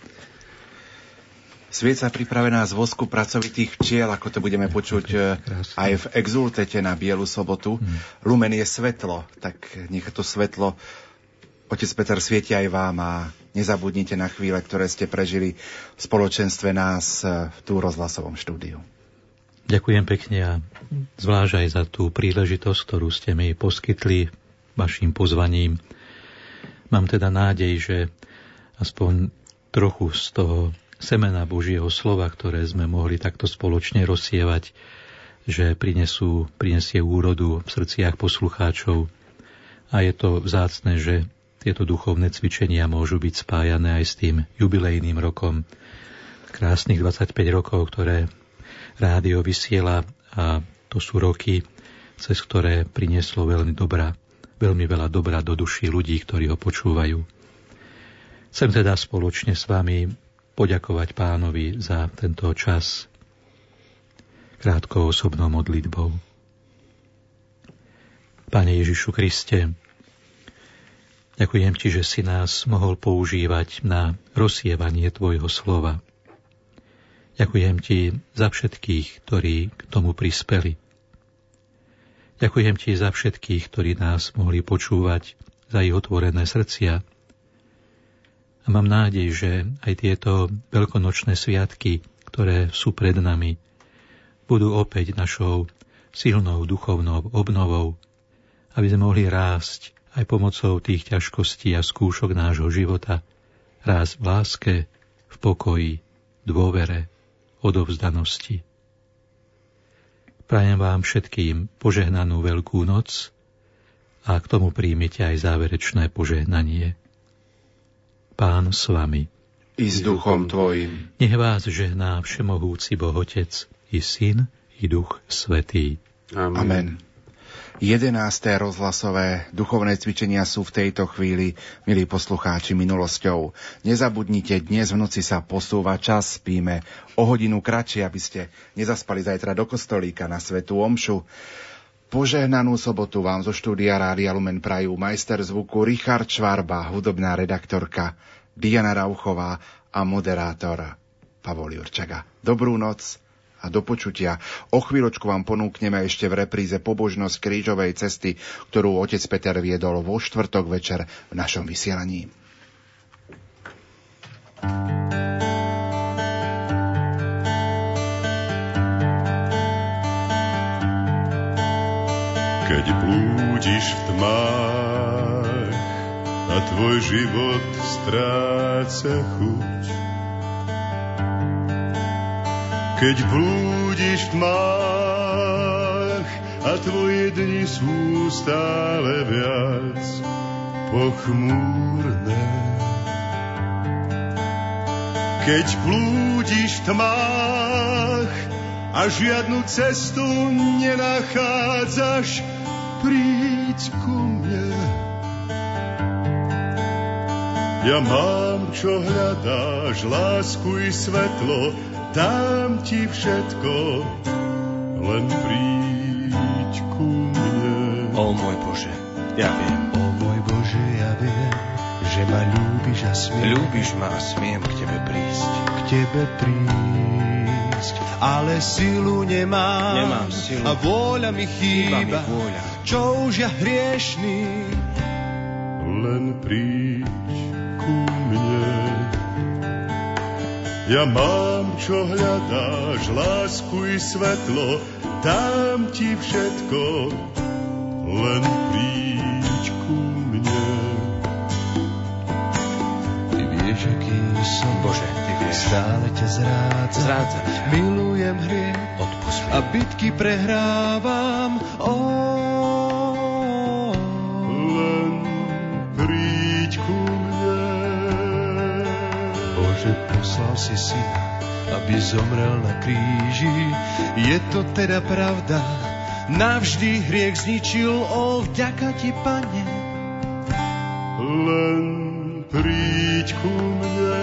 Svieca pripravená z vosku pracovitých včiel, ako to budeme počuť aj v Exultete na Bielu sobotu. Lumen je svetlo, tak nech to svetlo, otec Peter, svieti aj vám a nezabudnite na chvíle, ktoré ste prežili v spoločenstve nás v tú rozhlasovom štúdiu. Ďakujem pekne a zvlášť aj za tú príležitosť, ktorú ste mi poskytli vašim pozvaním. Mám teda nádej, že aspoň trochu z toho semena Božieho slova, ktoré sme mohli takto spoločne rozsievať, že prinesie úrodu v srdciach poslucháčov. A je to vzácne, že tieto duchovné cvičenia môžu byť spájané aj s tým jubilejným rokom. Krásnych 25 rokov, ktoré rádio vysiela, a to sú roky, cez ktoré prinieslo veľmi veľa dobra do duší ľudí, ktorí ho počúvajú. Chcem teda spoločne s vami poďakovať Pánovi za tento čas krátkou osobnou modlitbou. Pane Ježišu Kriste, ďakujem Ti, že si nás mohol používať na rozsievanie Tvojho slova. Ďakujem Ti za všetkých, ktorí k tomu prispeli. Ďakujem Ti za všetkých, ktorí nás mohli počúvať, za ich otvorené srdcia. A mám nádej, že aj tieto veľkonočné sviatky, ktoré sú pred nami, budú opäť našou silnou duchovnou obnovou, aby sme mohli rásť aj pomocou tých ťažkostí a skúšok nášho života, rásť v láske, v pokoji, dôvere, odovzdanosti. Prajem vám všetkým požehnanú Veľkú noc a k tomu príjmite aj záverečné požehnanie. Pán s vami. I s duchom tvojim. Nech vás žehná všemohúci Boh Otec, i Syn, i Duch Svätý. Amen. 11. rozhlasové duchovné cvičenia sú v tejto chvíli, milí poslucháči, minulosťou. Nezabudnite, dnes v noci sa posúva čas, spíme o hodinu kratšie, aby ste nezaspali zajtra do kostolíka na svätú omšu. Požehnanú sobotu vám zo štúdia Rádia Lumen prajú majster zvuku Richard Švarba, hudobná redaktorka Diana Rauchová a moderátor Pavol Jurčaga. Dobrú noc a do počutia. O chvíľočku vám ponúkneme ešte v repríze pobožnosť krížovej cesty, ktorú otec Peter viedol vo štvrtok večer v našom vysielaní. Keď blúdiš v tmách a tvoj život stráca chuť, keď blúdiš v tmách a tvoje dni sú stále viac pochmúrne, keď blúdiš v tmách a žiadnu cestu nenachádzaš, príď ku mne. Ja mám, čo hľadáš, lásku i svetlo, dám ti všetko, len príď ku mne. Ó môj Bože, ja viem. Ó môj Bože, ja viem, že ma ľúbiš a smiem. Ľúbiš ma a smiem k tebe prísť. K tebe prísť, ale silu nemám. Nemám silu. A vôľa mi chýba. Chýba mi vôľa. Čo už ja hriešný. Len príď ku mne. Ja mám, čo hľadáš, lásku i svetlo, dám ti všetko, len príď ku mne. Ty vieš, aký som, Bože, ty vieš, stále ťa zrádzam, milujem hriech, odpusť mi a bitky prehrávam. Len príď ku mne. Bože, poslal si syna, aby zomrel na kríži. Je to teda pravda, navždy hriech zničil, vďaka ti, Pane. Len príď ku mne.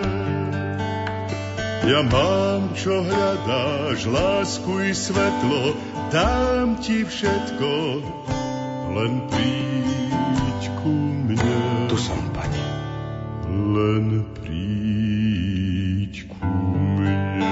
Ja mám, čo hľadáš, lásku i svetlo, dám ti všetko, len príď ku mne. Tu som, Pane. Len príď ku mne.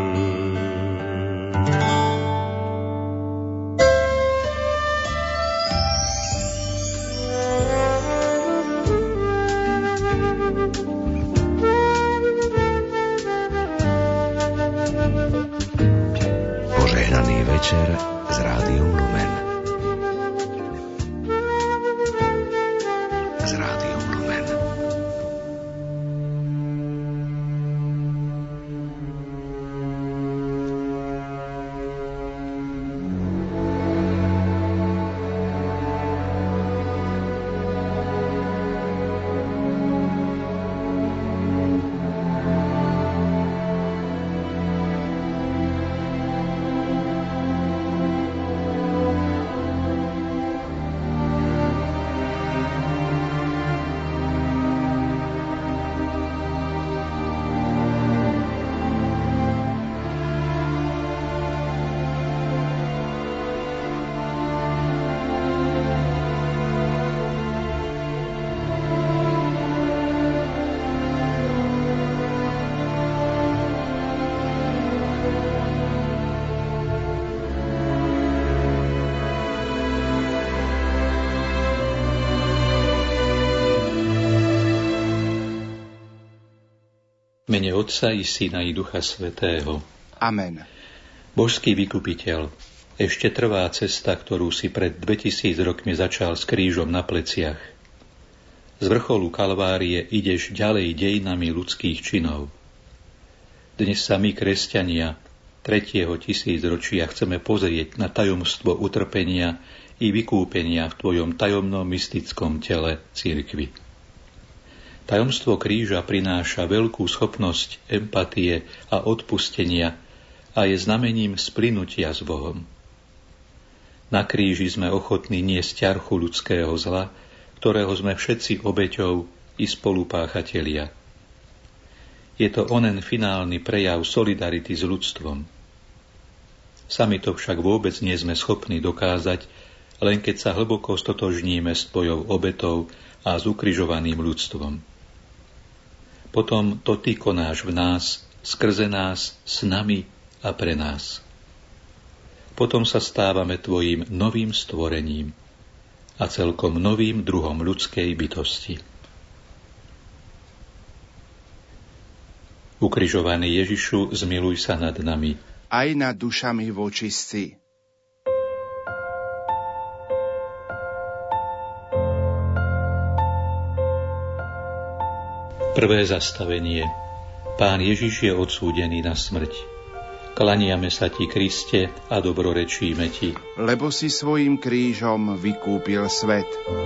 Požehnaný večer z Rádiom Lumen. Z Rádiom Lumen. mene Otca i Syna i Ducha Svätého. Amen. Božský vykupiteľ, ešte trvá cesta, ktorú si pred 2000 rokmi začal s krížom na pleciach. Z vrcholu Kalvárie ideš ďalej dejinami ľudských činov. Dnes sa my, kresťania, 3. tisícročia chceme pozrieť na tajomstvo utrpenia i vykúpenia v tvojom tajomnom mystickom tele cirkvi. Tajomstvo kríža prináša veľkú schopnosť empatie a odpustenia a je znamením splynutia s Bohom. Na kríži sme ochotní niesť ťarchu ľudského zla, ktorého sme všetci obeťou i spolupáchatelia. Je to onen finálny prejav solidarity s ľudstvom. Sami to však vôbec nie sme schopní dokázať, len keď sa hlboko stotožníme s tvojou obetou a s ukrižovaným ľudstvom. Potom to ty konáš v nás, skrze nás, s nami a pre nás. Potom sa stávame tvojim novým stvorením a celkom novým druhom ľudskej bytosti. Ukrižovaný Ježišu, zmiluj sa nad nami. Aj nad dušami vočistci. Prvé zastavenie. Pán Ježiš je odsúdený na smrť. Klaniame sa ti, Kriste, a dobrorečíme ti. Lebo si svojím krížom vykúpil svet.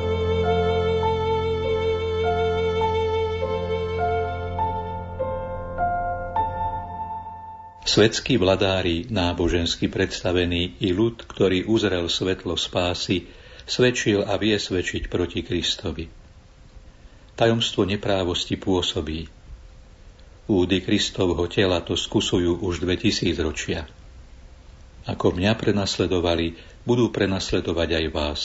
Svetskí vladári, nábožensky predstavení i ľud, ktorý uzrel svetlo spásy, svedčil a vie svedčiť proti Kristovi. Tajomstvo neprávosti pôsobí. Údy Kristovho tela to skúsujú už 2000 ročia. Ako mňa prenasledovali, budú prenasledovať aj vás.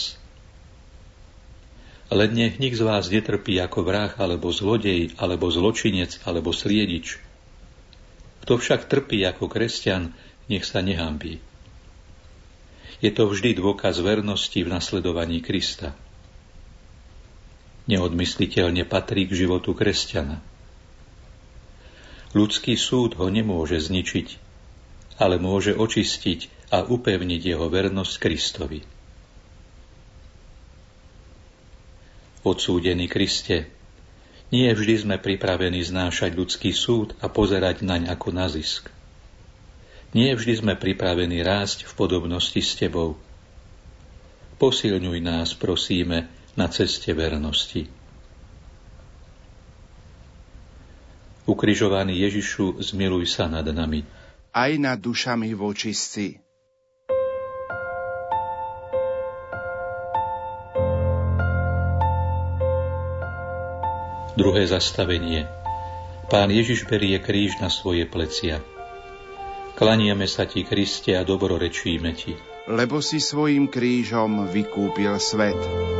Len nech nik z vás netrpí ako vrah, alebo zlodej, alebo zločinec, alebo sliedič. Kto však trpí ako kresťan, nech sa nehanbí. Je to vždy dôkaz vernosti v nasledovaní Krista. Neodmysliteľne patrí k životu kresťana. Ľudský súd ho nemôže zničiť, ale môže očistiť a upevniť jeho vernosť Kristovi. Odsúdený Kriste, nie vždy sme pripravení znášať ľudský súd a pozerať naň ako na zisk. Nie vždy sme pripravení rásť v podobnosti s tebou. Posilňuj nás, prosíme, na ceste vernosti. Ukrižovaný Ježišu, zmiluj sa nad nami. Aj nad dušami vočistci. Druhé zastavenie. Pán Ježiš berie kríž na svoje plecia. Klaniame sa ti, Kriste, a dobrorečíme ti. Lebo si svojím krížom vykúpil svet.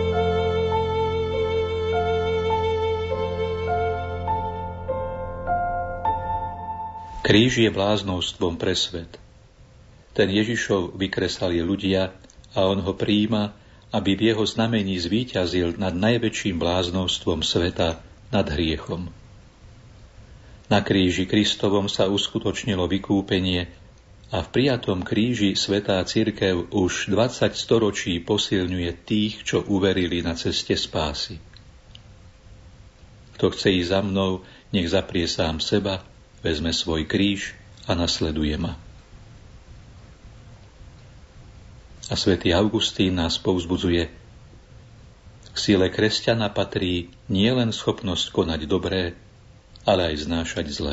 Kríž je bláznostvom pre svet. Ten Ježišov vykresali ľudia a on ho prijíma, aby v jeho znamení zvíťazil nad najväčším bláznostvom sveta, nad hriechom. Na kríži Kristovom sa uskutočnilo vykúpenie a v prijatom kríži svätá cirkev už 20 storočí posilňuje tých, čo uverili na ceste spásy. Kto chce ísť za mnou, nech zaprie sám seba, vezme svoj kríž a nasleduje ma. A svätý Augustín nás povzbudzuje. K sile kresťana patrí nielen schopnosť konať dobré, ale aj znášať zlé.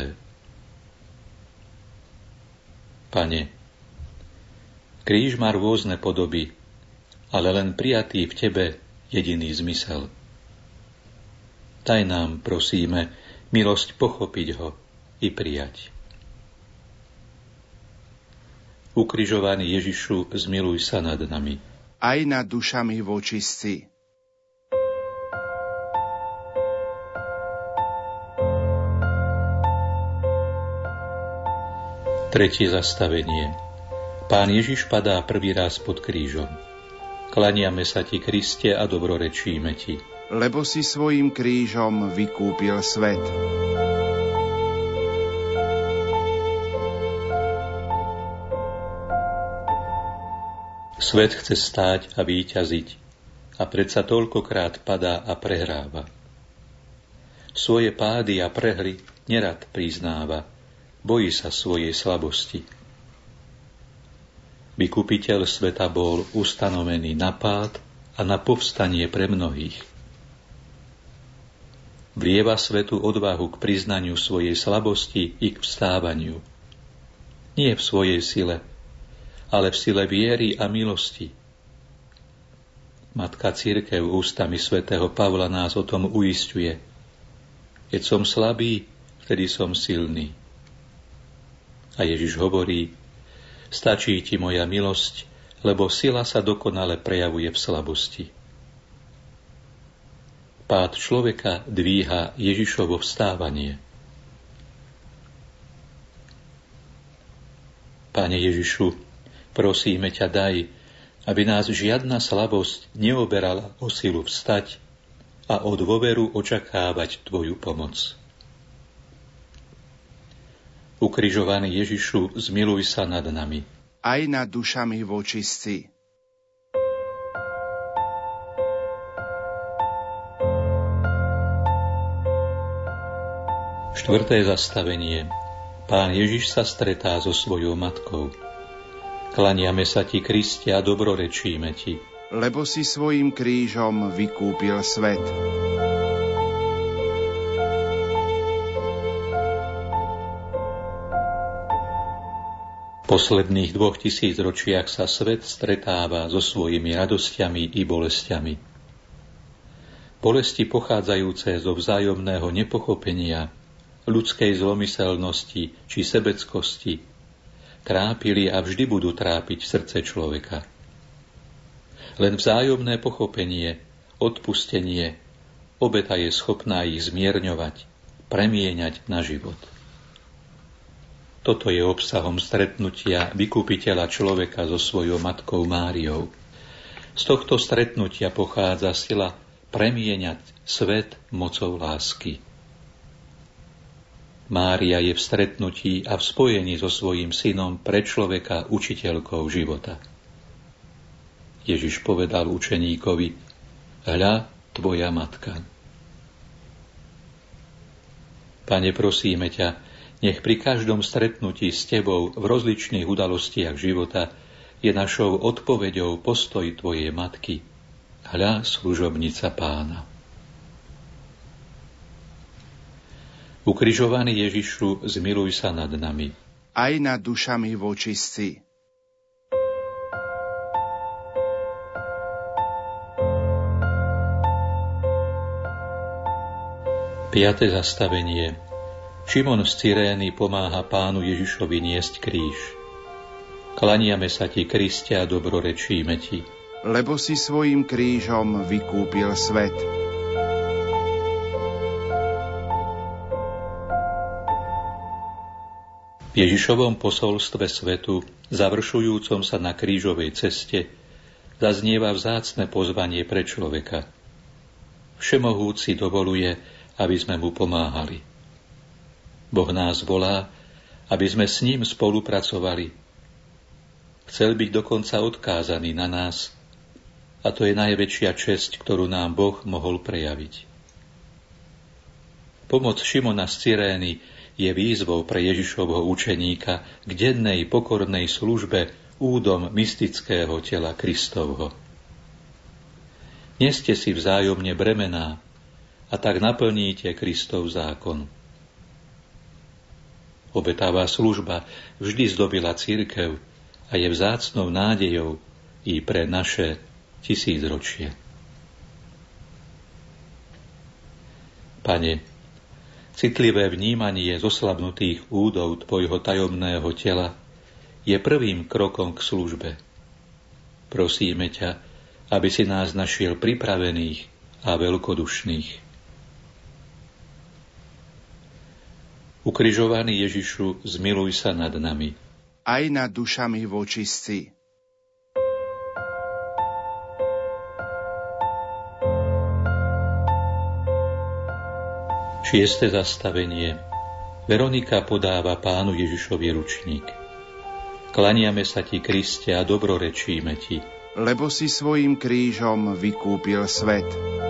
Pane, kríž má rôzne podoby, ale len prijatý v Tebe jediný zmysel. Daj nám, prosíme, milosť pochopiť ho i prijať. Ukrižovaný Ježišu, zmiluj sa nad nami. Aj nad dušami vočistci. Tretie zastavenie. Pán Ježiš padá prvý raz pod krížom. Klaniame sa ti, Kriste, a dobrorečíme ti. Lebo si svojím krížom vykúpil svet. Svet chce stáť a víťaziť a predsa toľkokrát padá a prehráva. Svoje pády a prehry nerad priznáva, bojí sa svojej slabosti. Vykupiteľ sveta bol ustanovený na pád a na povstanie pre mnohých. Vlieva svetu odvahu k priznaniu svojej slabosti i k vstávaniu. Nie v svojej sile, ale v sile viery a milosti. Matka Cirkev ústami svätého Pavla nás o tom uisťuje. Keď som slabý, vtedy som silný. A Ježiš hovorí, stačí ti moja milosť, lebo sila sa dokonale prejavuje v slabosti. Pád človeka dvíha Ježišovo vstávanie. Pane Ježišu, prosíme ťa, daj, aby nás žiadna slabosť neoberala o silu vstať a o dôveru očakávať tvoju pomoc. Ukrižovaný Ježišu, zmiluj sa nad nami. Aj nad dušami vočistci. Štvrté zastavenie. Pán Ježiš sa stretá so svojou matkou. Klaniame sa ti, Kriste, a dobrorečíme ti. Lebo si svojím krížom vykúpil svet. V posledných 2000 ročiach sa svet stretáva so svojimi radosťami i bolestiami. Bolesti pochádzajúce zo vzájomného nepochopenia, ľudskej zlomyselnosti či sebeckosti trápili a vždy budú trápiť srdce človeka. Len vzájomné pochopenie, odpustenie, obeta je schopná ich zmierňovať, premieňať na život. Toto je obsahom stretnutia vykupiteľa človeka so svojou matkou Máriou. Z tohto stretnutia pochádza sila premieňať svet mocou lásky. Mária je v stretnutí a v spojení so svojím synom pre človeka učiteľkou života. Ježiš povedal učeníkovi, hľa, tvoja matka. Pane, prosíme ťa, nech pri každom stretnutí s tebou v rozličných udalostiach života je našou odpoveďou postoj tvojej matky, hľa, služobnica Pána. Ukrižovaný Ježišu, zmiluj sa nad nami. Aj nad dušami vočistci. Piate zastavenie. Šimon z Cyrény pomáha Pánu Ježišovi niesť kríž. Klaniame sa ti, Kriste, a dobrorečíme ti. Lebo si svojím krížom vykúpil svet. V Ježišovom posolstve svetu, završujúcom sa na krížovej ceste, zaznieva vzácne pozvanie pre človeka. Všemohúci dovoluje, aby sme mu pomáhali. Boh nás volá, aby sme s ním spolupracovali. Chcel byť dokonca odkázaný na nás, a to je najväčšia česť, ktorú nám Boh mohol prejaviť. Pomoc Šimona z Cyrény je výzvou pre Ježišovho učeníka k dennej pokornej službe údom mystického tela Kristovho. Neste si vzájomne bremená a tak naplníte Kristov zákon. Obetavá služba vždy zdobila cirkev a je vzácnou nádejou i pre naše tisícročie. Pane, citlivé vnímanie zoslabnutých údov tvojho tajomného tela je prvým krokom k službe. Prosíme ťa, aby si nás našiel pripravených a veľkodušných. Ukrižovaný Ježišu, zmiluj sa nad nami. Aj nad dušami vočistci. Šieste zastavenie. Veronika podáva Pánu Ježišovi ručník. Klaniame sa ti, Kriste, a dobrorečíme ti. lebo si svojím krížom vykúpil svet.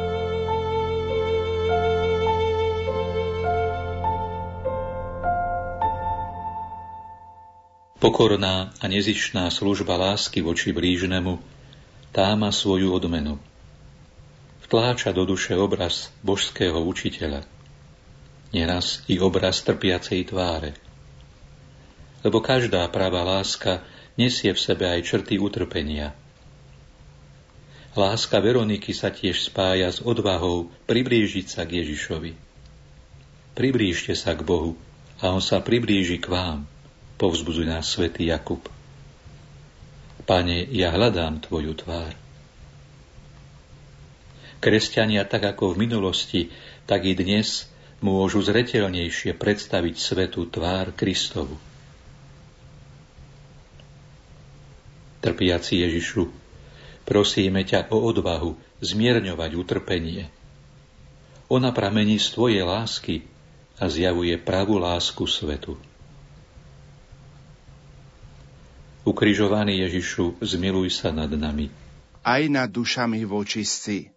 Pokorná a nezištná služba lásky voči blížnemu, tá má svoju odmenu. Vtláča do duše obraz božského učiteľa, neraz i obraz trpiacej tváre. Lebo každá pravá láska nesie v sebe aj črty utrpenia. Láska Veroniky sa tiež spája s odvahou priblížiť sa k Ježišovi. Priblížte sa k Bohu a on sa priblíži k vám, povzbudzuje nás svätý Jakub. Pane, ja hľadám tvoju tvár. Kresťania tak ako v minulosti, tak i dnes môžu zreteľnejšie predstaviť svetu tvár Kristovu. Trpiaci Ježišu, prosíme ťa o odvahu zmierňovať utrpenie. Ona pramení z tvojej lásky a zjavuje pravú lásku svetu. Ukrižovaný Ježišu, zmiluj sa nad nami. Aj nad dušami vočistci.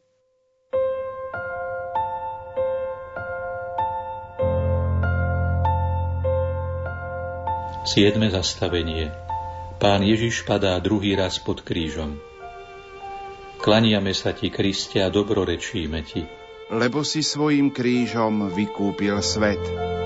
Siedme zastavenie. Pán Ježiš padá druhý raz pod krížom. Klaniame sa ti, Kriste, a dobrorečíme ti. Lebo si svojím krížom vykúpil svet.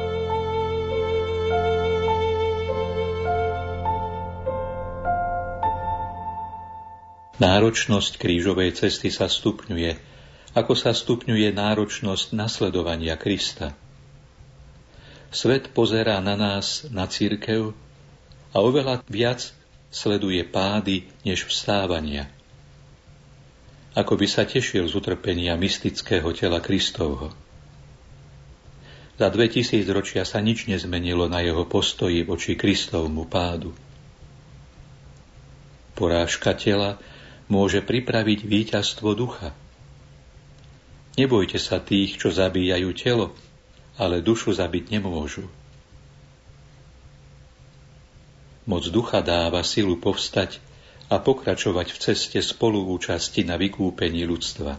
Náročnosť krížovej cesty sa stupňuje, ako sa stupňuje náročnosť nasledovania Krista. Svet pozerá na nás, na cirkev, a oveľa viac sleduje pády, než vstávania. Ako by sa tešil z utrpenia mystického tela Kristovho. Za 2000 ročia sa nič nezmenilo na jeho postoji voči Kristovmu pádu. Porážka tela môže pripraviť víťazstvo ducha. Nebojte sa tých, čo zabíjajú telo, ale dušu zabiť nemôžu. Moc ducha dáva silu povstať a pokračovať v ceste spoluúčasti na vykúpení ľudstva.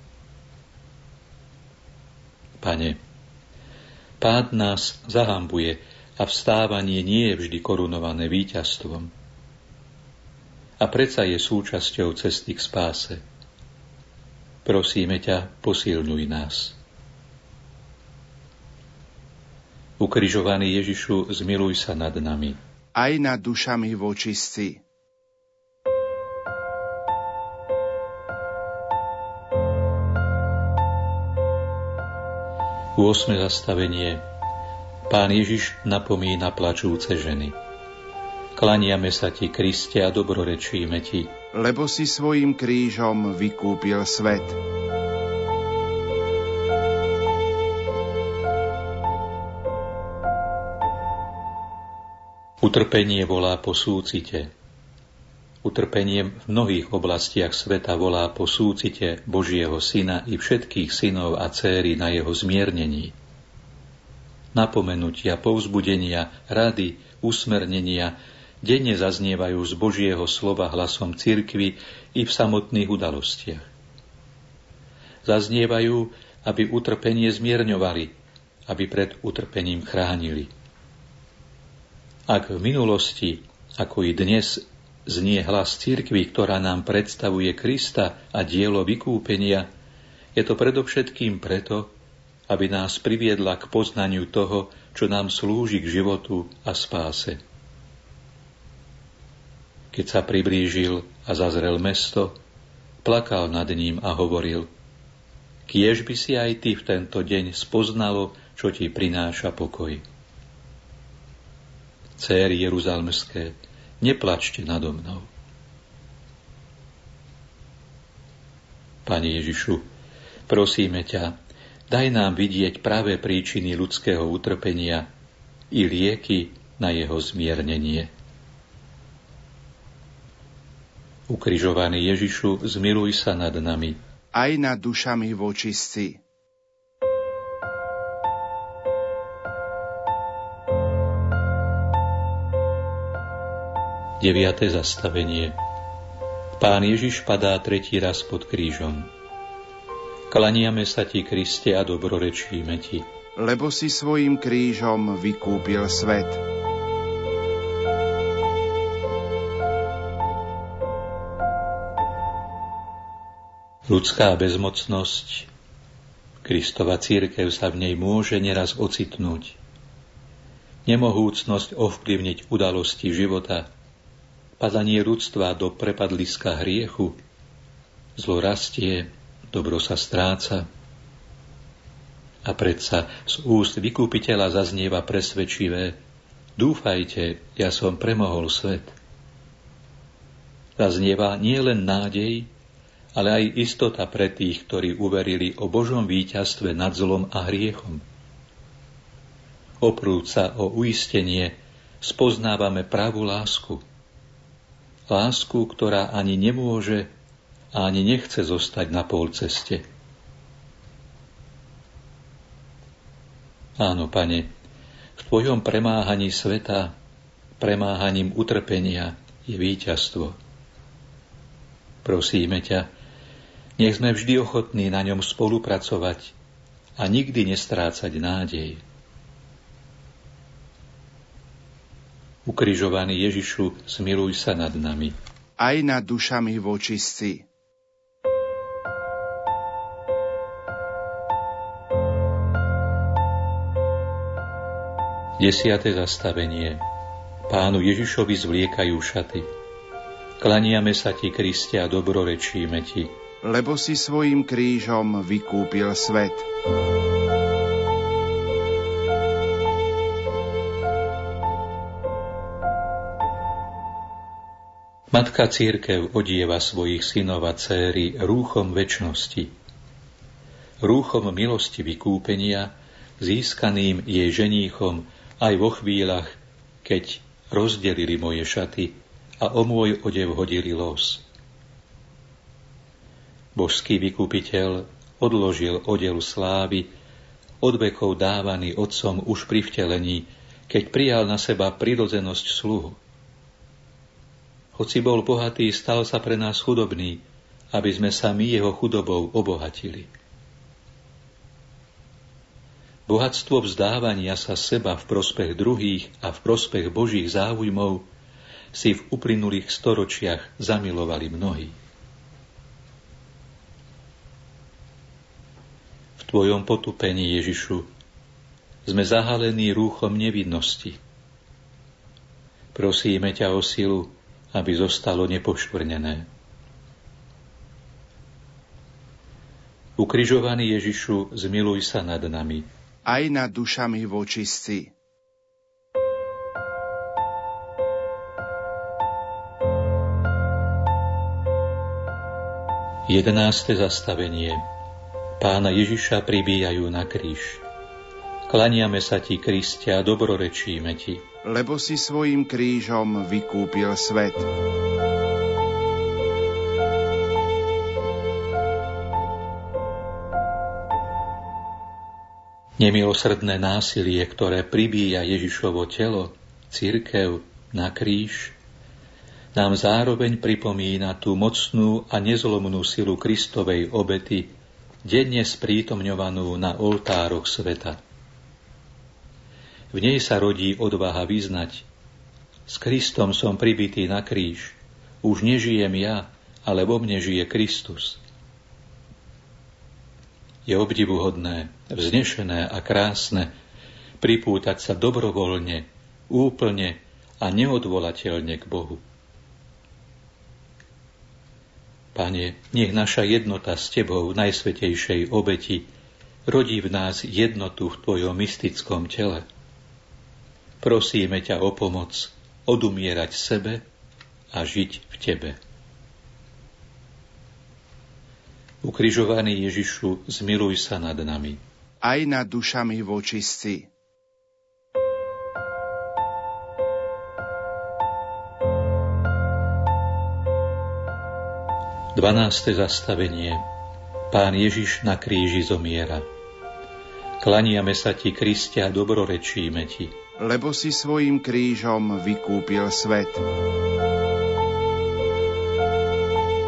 Pane, pád nás zahambuje a vstávanie nie je vždy korunované víťazstvom. A predsa je súčasťou cesty k spáse. Prosíme ťa, posilňuj nás. Ukrižovaný Ježišu, zmiluj sa nad nami. Aj nad dušami vočistci. Osme zastavenie. Pán Ježiš napomína plačúce ženy. Klaniame sa ti, Kriste, a dobrorečíme ti. Lebo si svojím krížom vykúpil svet. Utrpenie volá po súcite. Utrpenie v mnohých oblastiach sveta volá po súcite Božieho Syna i všetkých synov a dcéry na jeho zmiernení. Napomenutia, povzbudenia, rady, usmernenia denne zaznievajú z Božieho slova hlasom cirkvi i v samotných udalostiach. Zaznievajú, aby utrpenie zmierňovali, aby pred utrpením chránili. Ak v minulosti, ako i dnes, znie hlas cirkvi, ktorá nám predstavuje Krista a dielo vykúpenia, je to predovšetkým preto, aby nás priviedla k poznaniu toho, čo nám slúži k životu a spáse. Keď sa priblížil a zazrel mesto, plakal nad ním a hovoril: Kiež by si aj ty v tento deň spoznalo, čo ti prináša pokoj. Céry jeruzalmské, neplačte nado mnou. Pane Ježišu, prosíme ťa, daj nám vidieť pravé príčiny ľudského utrpenia i lieky na jeho zmiernenie. Ukrižovaný Ježišu, zmiluj sa nad nami. Aj nad dušami vočistci. Deviate zastavenie. Pán Ježiš padá tretí raz pod krížom. Klaniame sa ti, Kriste, a dobrorečíme ti. Lebo si svojím krížom vykúpil svet. Ľudská bezmocnosť, Kristova cirkev sa v nej môže neraz ocitnúť. Nemohúcnosť ovplyvniť udalosti života, padanie ľudstva do prepadliska hriechu, zlo rastie, dobro sa stráca. A predsa z úst vykúpiteľa zaznieva presvedčivé: dúfajte, ja som premohol svet. Zaznieva nie len nádej, ale aj istota pre tých, ktorí uverili o Božom víťazstve nad zlom a hriechom. Oprúca o uistenie spoznávame pravú lásku. Lásku, ktorá ani nemôže a ani nechce zostať na polceste. Áno, Pane, v Tvojom premáhaní sveta, premáhaním utrpenia je víťazstvo. Prosíme ťa, nech sme vždy ochotní na ňom spolupracovať a nikdy nestrácať nádej. Ukrižovaný Ježišu, zmiluj sa nad nami. Aj nad dušami vočistci. Desiate zastavenie. Pánu Ježišovi zvliekajú šaty. Klaniame sa ti, Kriste, a dobrorečíme ti. Lebo si svojím krížom vykúpil svet. Matka cirkev odieva svojich synov a dcéry rúchom večnosti. Rúchom milosti vykúpenia, získaným jej ženíchom aj vo chvíľach, keď rozdelili moje šaty a o môj odev hodili los. Božský vykupiteľ odložil odev slávy, od vekov dávaný Otcom už pri vtelení, keď prijal na seba prirodzenosť sluhu. Hoci bol bohatý, stal sa pre nás chudobný, aby sme sa my jeho chudobou obohatili. Bohatstvo vzdávania sa seba v prospech druhých a v prospech Božích záujmov si v uplynulých storočiach zamilovali mnohí. V Tvojom potupení, Ježišu, sme zahalení rúchom nevinnosti. Prosíme ťa o silu, aby zostalo nepoškvrnené. Ukrižovaný Ježišu, zmiluj sa nad nami. Aj nad dušami vočistci. Jedenáste zastavenie. Pána Ježiša pribíjajú na kríž. Klaniame sa ti, Kriste, a dobrorečíme ti. Lebo si svojím krížom vykúpil svet. Nemilosrdné násilie, ktoré pribíja Ježišovo telo, cirkev, na kríž, nám zároveň pripomína tú mocnú a nezlomnú silu Kristovej obety, denne sprítomňovanú na oltároch sveta. V nej sa rodí odvaha vyznať: s Kristom som pribitý na kríž, už nežijem ja, ale vo mne žije Kristus. Je obdivuhodné, vznešené a krásne pripútať sa dobrovoľne, úplne a neodvolateľne k Bohu. Pane, nech naša jednota s Tebou v najsvätejšej obeti rodí v nás jednotu v Tvojom mystickom tele. Prosíme ťa o pomoc odumierať sebe a žiť v Tebe. Ukrižovaný Ježišu, zmiluj sa nad nami. Aj nad dušami vočistci. Dvanáste zastavenie. Pán Ježiš na kríži zomiera. Klaniame sa ti, Kriste, a dobrorečíme ti. Lebo si svojím krížom vykúpil svet.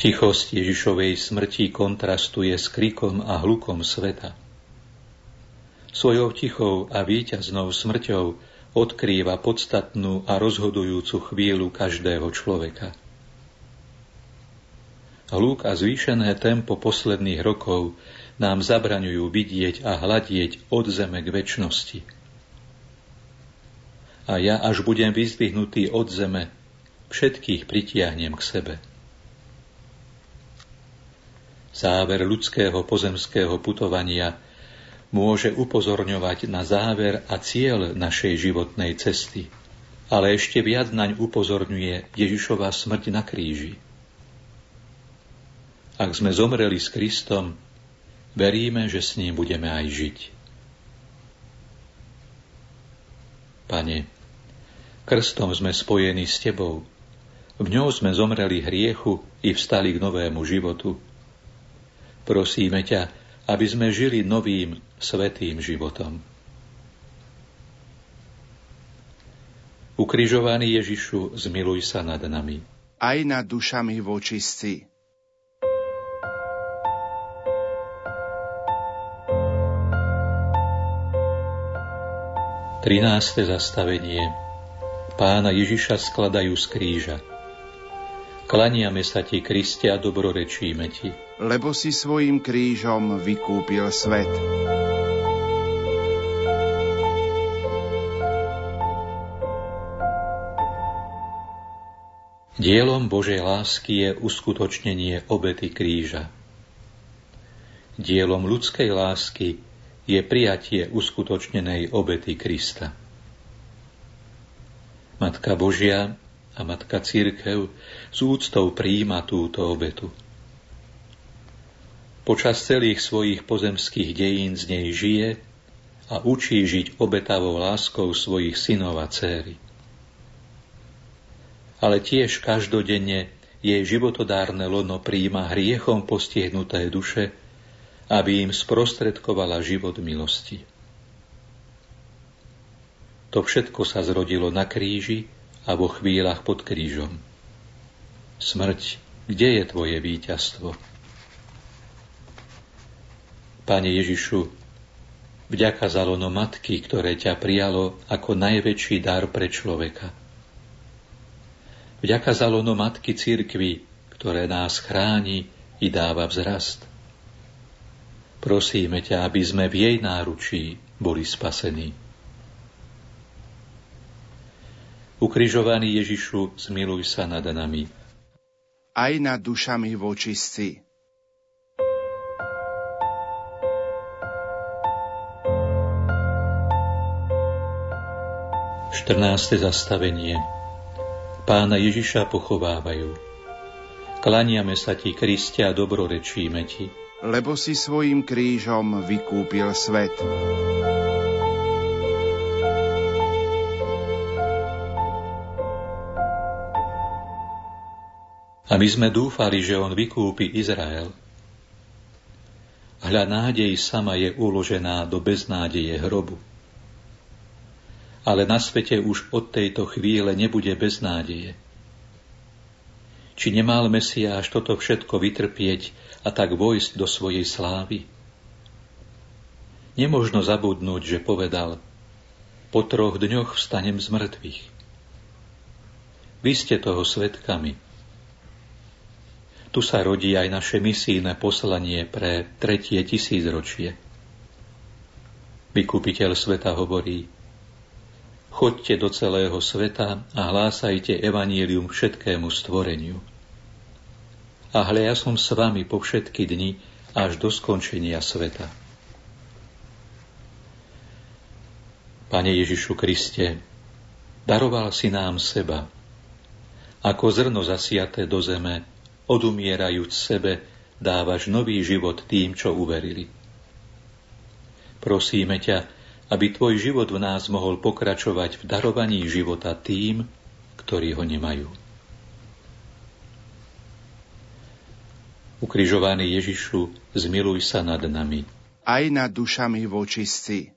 Tichosť Ježišovej smrti kontrastuje s krikom a hlukom sveta. Svojou tichou a víťaznou smrťou odkrýva podstatnú a rozhodujúcu chvíľu každého človeka. Hluk a zvýšené tempo posledných rokov nám zabraňujú vidieť a hľadieť od zeme k večnosti. A ja, až budem vyzdvihnutý od zeme, všetkých pritiahnem k sebe. Záver ľudského pozemského putovania môže upozorňovať na záver a cieľ našej životnej cesty, ale ešte viac naň upozorňuje Ježišova smrť na kríži. Ak sme zomreli s Kristom, veríme, že s ním budeme aj žiť. Pane, krstom sme spojení s Tebou, v ňom sme zomreli hriechu i vstali k novému životu. Prosíme ťa, aby sme žili novým, svätým životom. Ukrižovaný Ježišu, zmiluj sa nad nami. Aj nad dušami vočistci. Trináste zastavenie. Pána Ježiša skladajú z kríža. Klaniame sa ti, Kriste, a dobrorečíme ti. Lebo si svojím krížom vykúpil svet. Dielom Božej lásky je uskutočnenie obety kríža. Dielom ľudskej lásky je prijatie uskutočnenej obety Krista. Matka Božia a Matka Cirkev s úctou prijíma túto obetu. Počas celých svojich pozemských dejín z nej žije a učí žiť obetavou láskou svojich synov a dcéry. Ale tiež každodenne jej životodárne lono prijíma hriechom postihnuté duše, aby im sprostredkovala život milosti. To všetko sa zrodilo na kríži a vo chvíľach pod krížom. Smrť, kde je tvoje víťazstvo? Pane Ježišu, vďaka za lono matky, ktoré ťa prijalo ako najväčší dar pre človeka. Vďaka za lono matky cirkvi, ktoré nás chráni i dáva vzrast. Prosíme ťa, aby sme v jej náručí boli spasení. Ukrižovaný Ježišu, zmiluj sa nad nami. Aj nad dušami vočistci. Štrnáste zastavenie. Pána Ježiša pochovávajú. Klaniame sa ti, Kriste, a dobrorečíme ti. Lebo si svojím krížom vykúpil svet. A my sme dúfali, že on vykúpi Izrael. Hľa, nádej sama je uložená do beznádeje hrobu. Ale na svete už od tejto chvíle nebude beznádeje. Či nemal Mesiáš toto všetko vytrpieť a tak vojsť do svojej slávy? Nemožno zabudnúť, že povedal: po 3 dňoch vstanem z mŕtvych. Vy ste toho svedkami. Tu sa rodí aj naše misijné poslanie pre 3. tisícročie. Vykupiteľ sveta hovorí: choďte do celého sveta a hlásajte evanjelium všetkému stvoreniu. A hľa, ja som s vami po všetky dni až do skončenia sveta. Pane Ježišu Kriste, daroval si nám seba. Ako zrno zasiaté do zeme, odumierajúc sebe, dávaš nový život tým, čo uverili. Prosíme ťa, aby tvoj život v nás mohol pokračovať v darovaní života tým, ktorí ho nemajú. Ukrižovaný Ježišu, zmiluj sa nad nami. Aj nad dušami vočistci.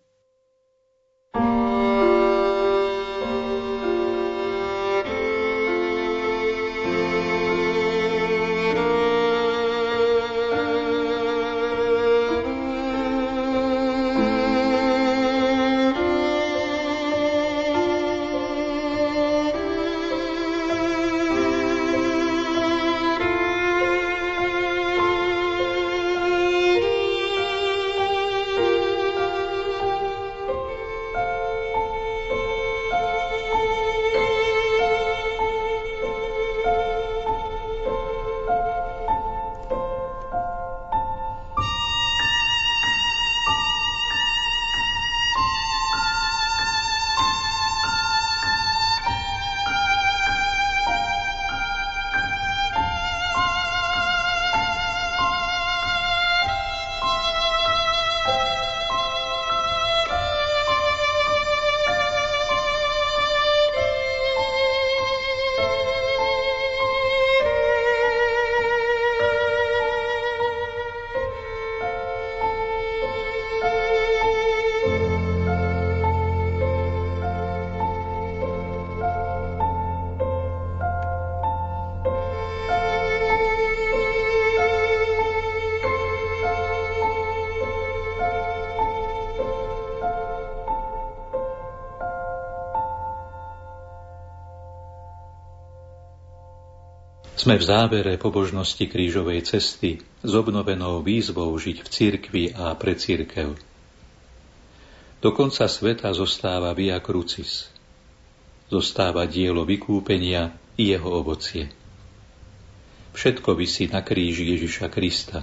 Sme v závere pobožnosti krížovej cesty s obnovenou výzvou žiť v cirkvi a pre cirkev. Do konca sveta zostáva Via Crucis. Zostáva dielo vykúpenia i jeho ovocie. Všetko visí na kríži Ježiša Krista.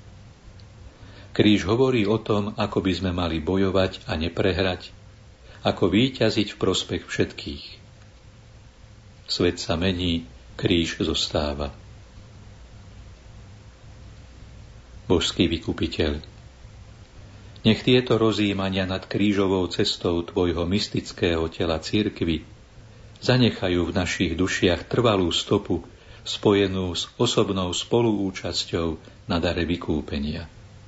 Kríž hovorí o tom, ako by sme mali bojovať a neprehrať, ako víťaziť v prospech všetkých. Svet sa mení, kríž zostáva. Božský vykupiteľ, nech tieto rozjímania nad krížovou cestou tvojho mystického tela cirkvi zanechajú v našich dušiach trvalú stopu spojenú s osobnou spoluúčasťou na dare vykúpenia.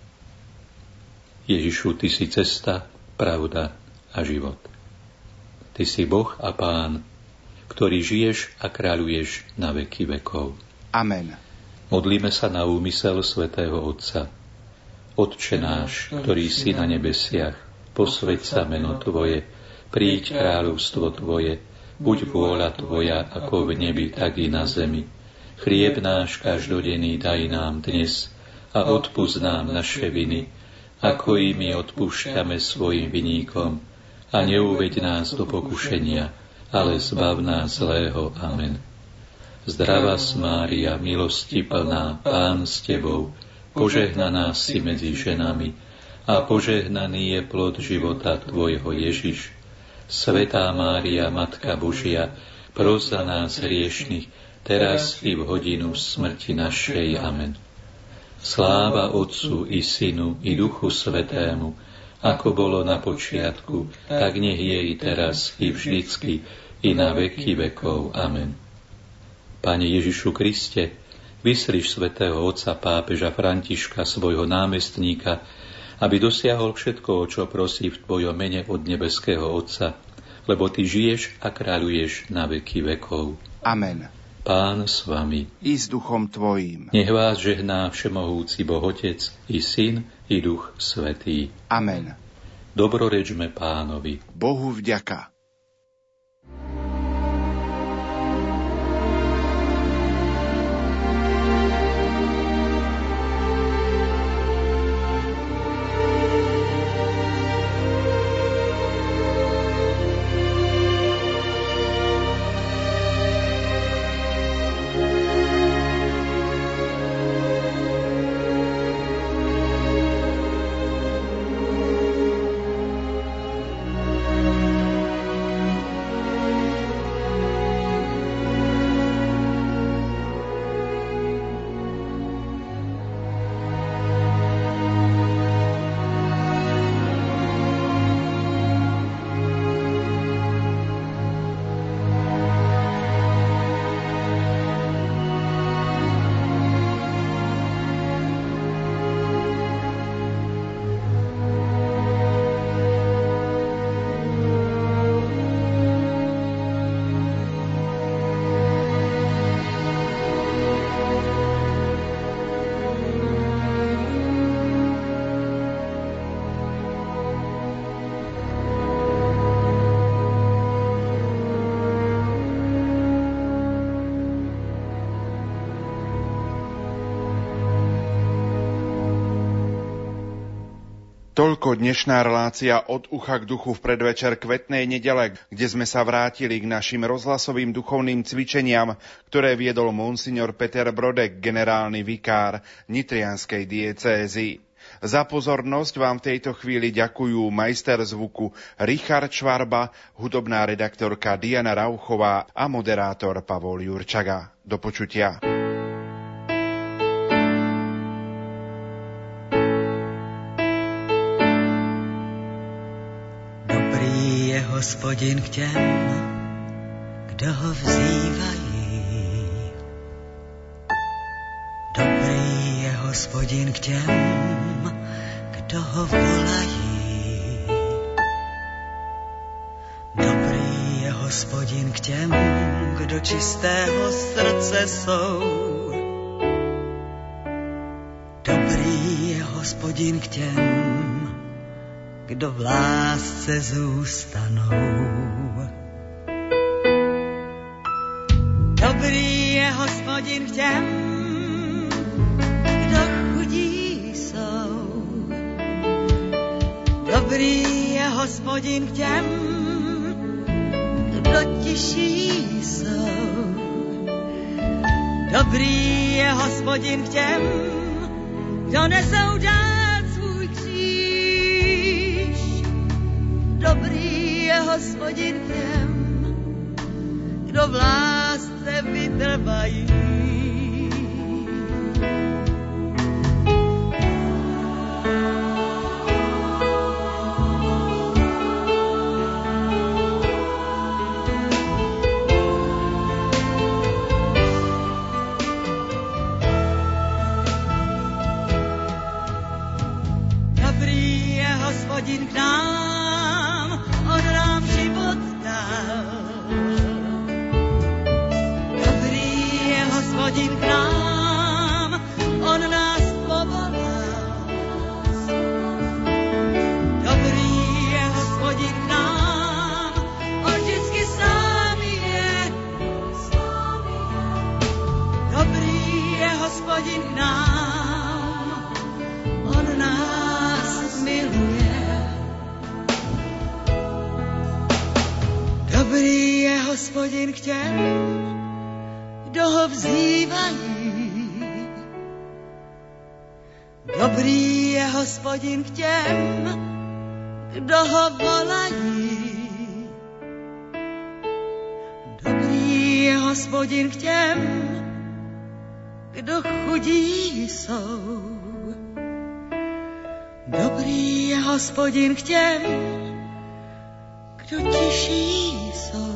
Ježišu, Ty si cesta, pravda a život. Ty si Boh a Pán, ktorý žiješ a kráľuješ na veky vekov. Amen. Modlíme sa na úmysel svätého Otca. Otče náš, ktorý si na nebesiach, posväť sa meno Tvoje, príď kráľovstvo Tvoje, buď vôľa Tvoja, ako v nebi, tak i na zemi. Chlieb náš každodenný daj nám dnes a odpusť nám naše viny, ako i my odpúšťame svojim viníkom, a neuveď nás do pokušenia, ale zbav nás zlého. Amen. Zdravás Mária, milosti plná, Pán s Tebou, požehnaná si medzi ženami a požehnaný je plod života Tvojho Ježiš. Svätá Mária, Matka Božia, pros za nás hriešnych, teraz i v hodinu smrti našej. Amen. Sláva Otcu i Synu i Duchu Svätému, ako bolo na počiatku, tak nech je i teraz, i vždycky, i na veky vekov. Amen. Pane Ježišu Kriste, vyslíš svätého Otca pápeža Františka, svojho námestníka, aby dosiahol všetko, o čo prosí v Tvojom mene od nebeského Otca, lebo Ty žiješ a kráľuješ na veky vekov. Amen. Pán s vami. I s duchom tvojím. Nech vás žehná všemohúci Boh Otec, i Syn, i Duch Svätý. Amen. Dobrorečme Pánovi. Bohu vďaka. Toľko dnešná relácia od ucha k duchu v predvečer kvetnej nedele, kde sme sa vrátili k našim rozhlasovým duchovným cvičeniam, ktoré viedol monsignor Peter Brodek, generálny vikár nitrianskej diecézy. Za pozornosť vám v tejto chvíli ďakujú majster zvuku Richard Švarba, hudobná redaktorka Diana Rauchová a moderátor Pavol Jurčaga. Do počutia. Hospodin k těm, kdo ho vzývají. Dobrý je Hospodin k těm, kdo ho volají. Dobrý je Hospodin k těm, kdo čistého srdce jsou. Dobrý je Hospodin k těm, kdo v lásce zůstanou. Dobrý je Hospodin Hospodin k těm, kdo chudí jsou. Dobrý je Hospodin k těm, kdo tiší jsou. Dobrý je Hospodin k těm, kdo nesou dál svůj kříž. Dobrý je Hospodin k těm, kdo v lásce vytrvají. Dobrý je Hospodin k nám, on nám život dal. Hospodin k nám, on nás povolal. Dobrý je Hospodin k nám, on vždycky sám je. Dobrý je Hospodin k nám, on nás miluje. Dobrý je Hospodin k těm, kdo ho vzývají. Dobrý je Hospodin k těm, kdo ho volají. Dobrý je Hospodin k těm, kdo chudí jsou. Dobrý je Hospodin k těm, kdo tiší jsou.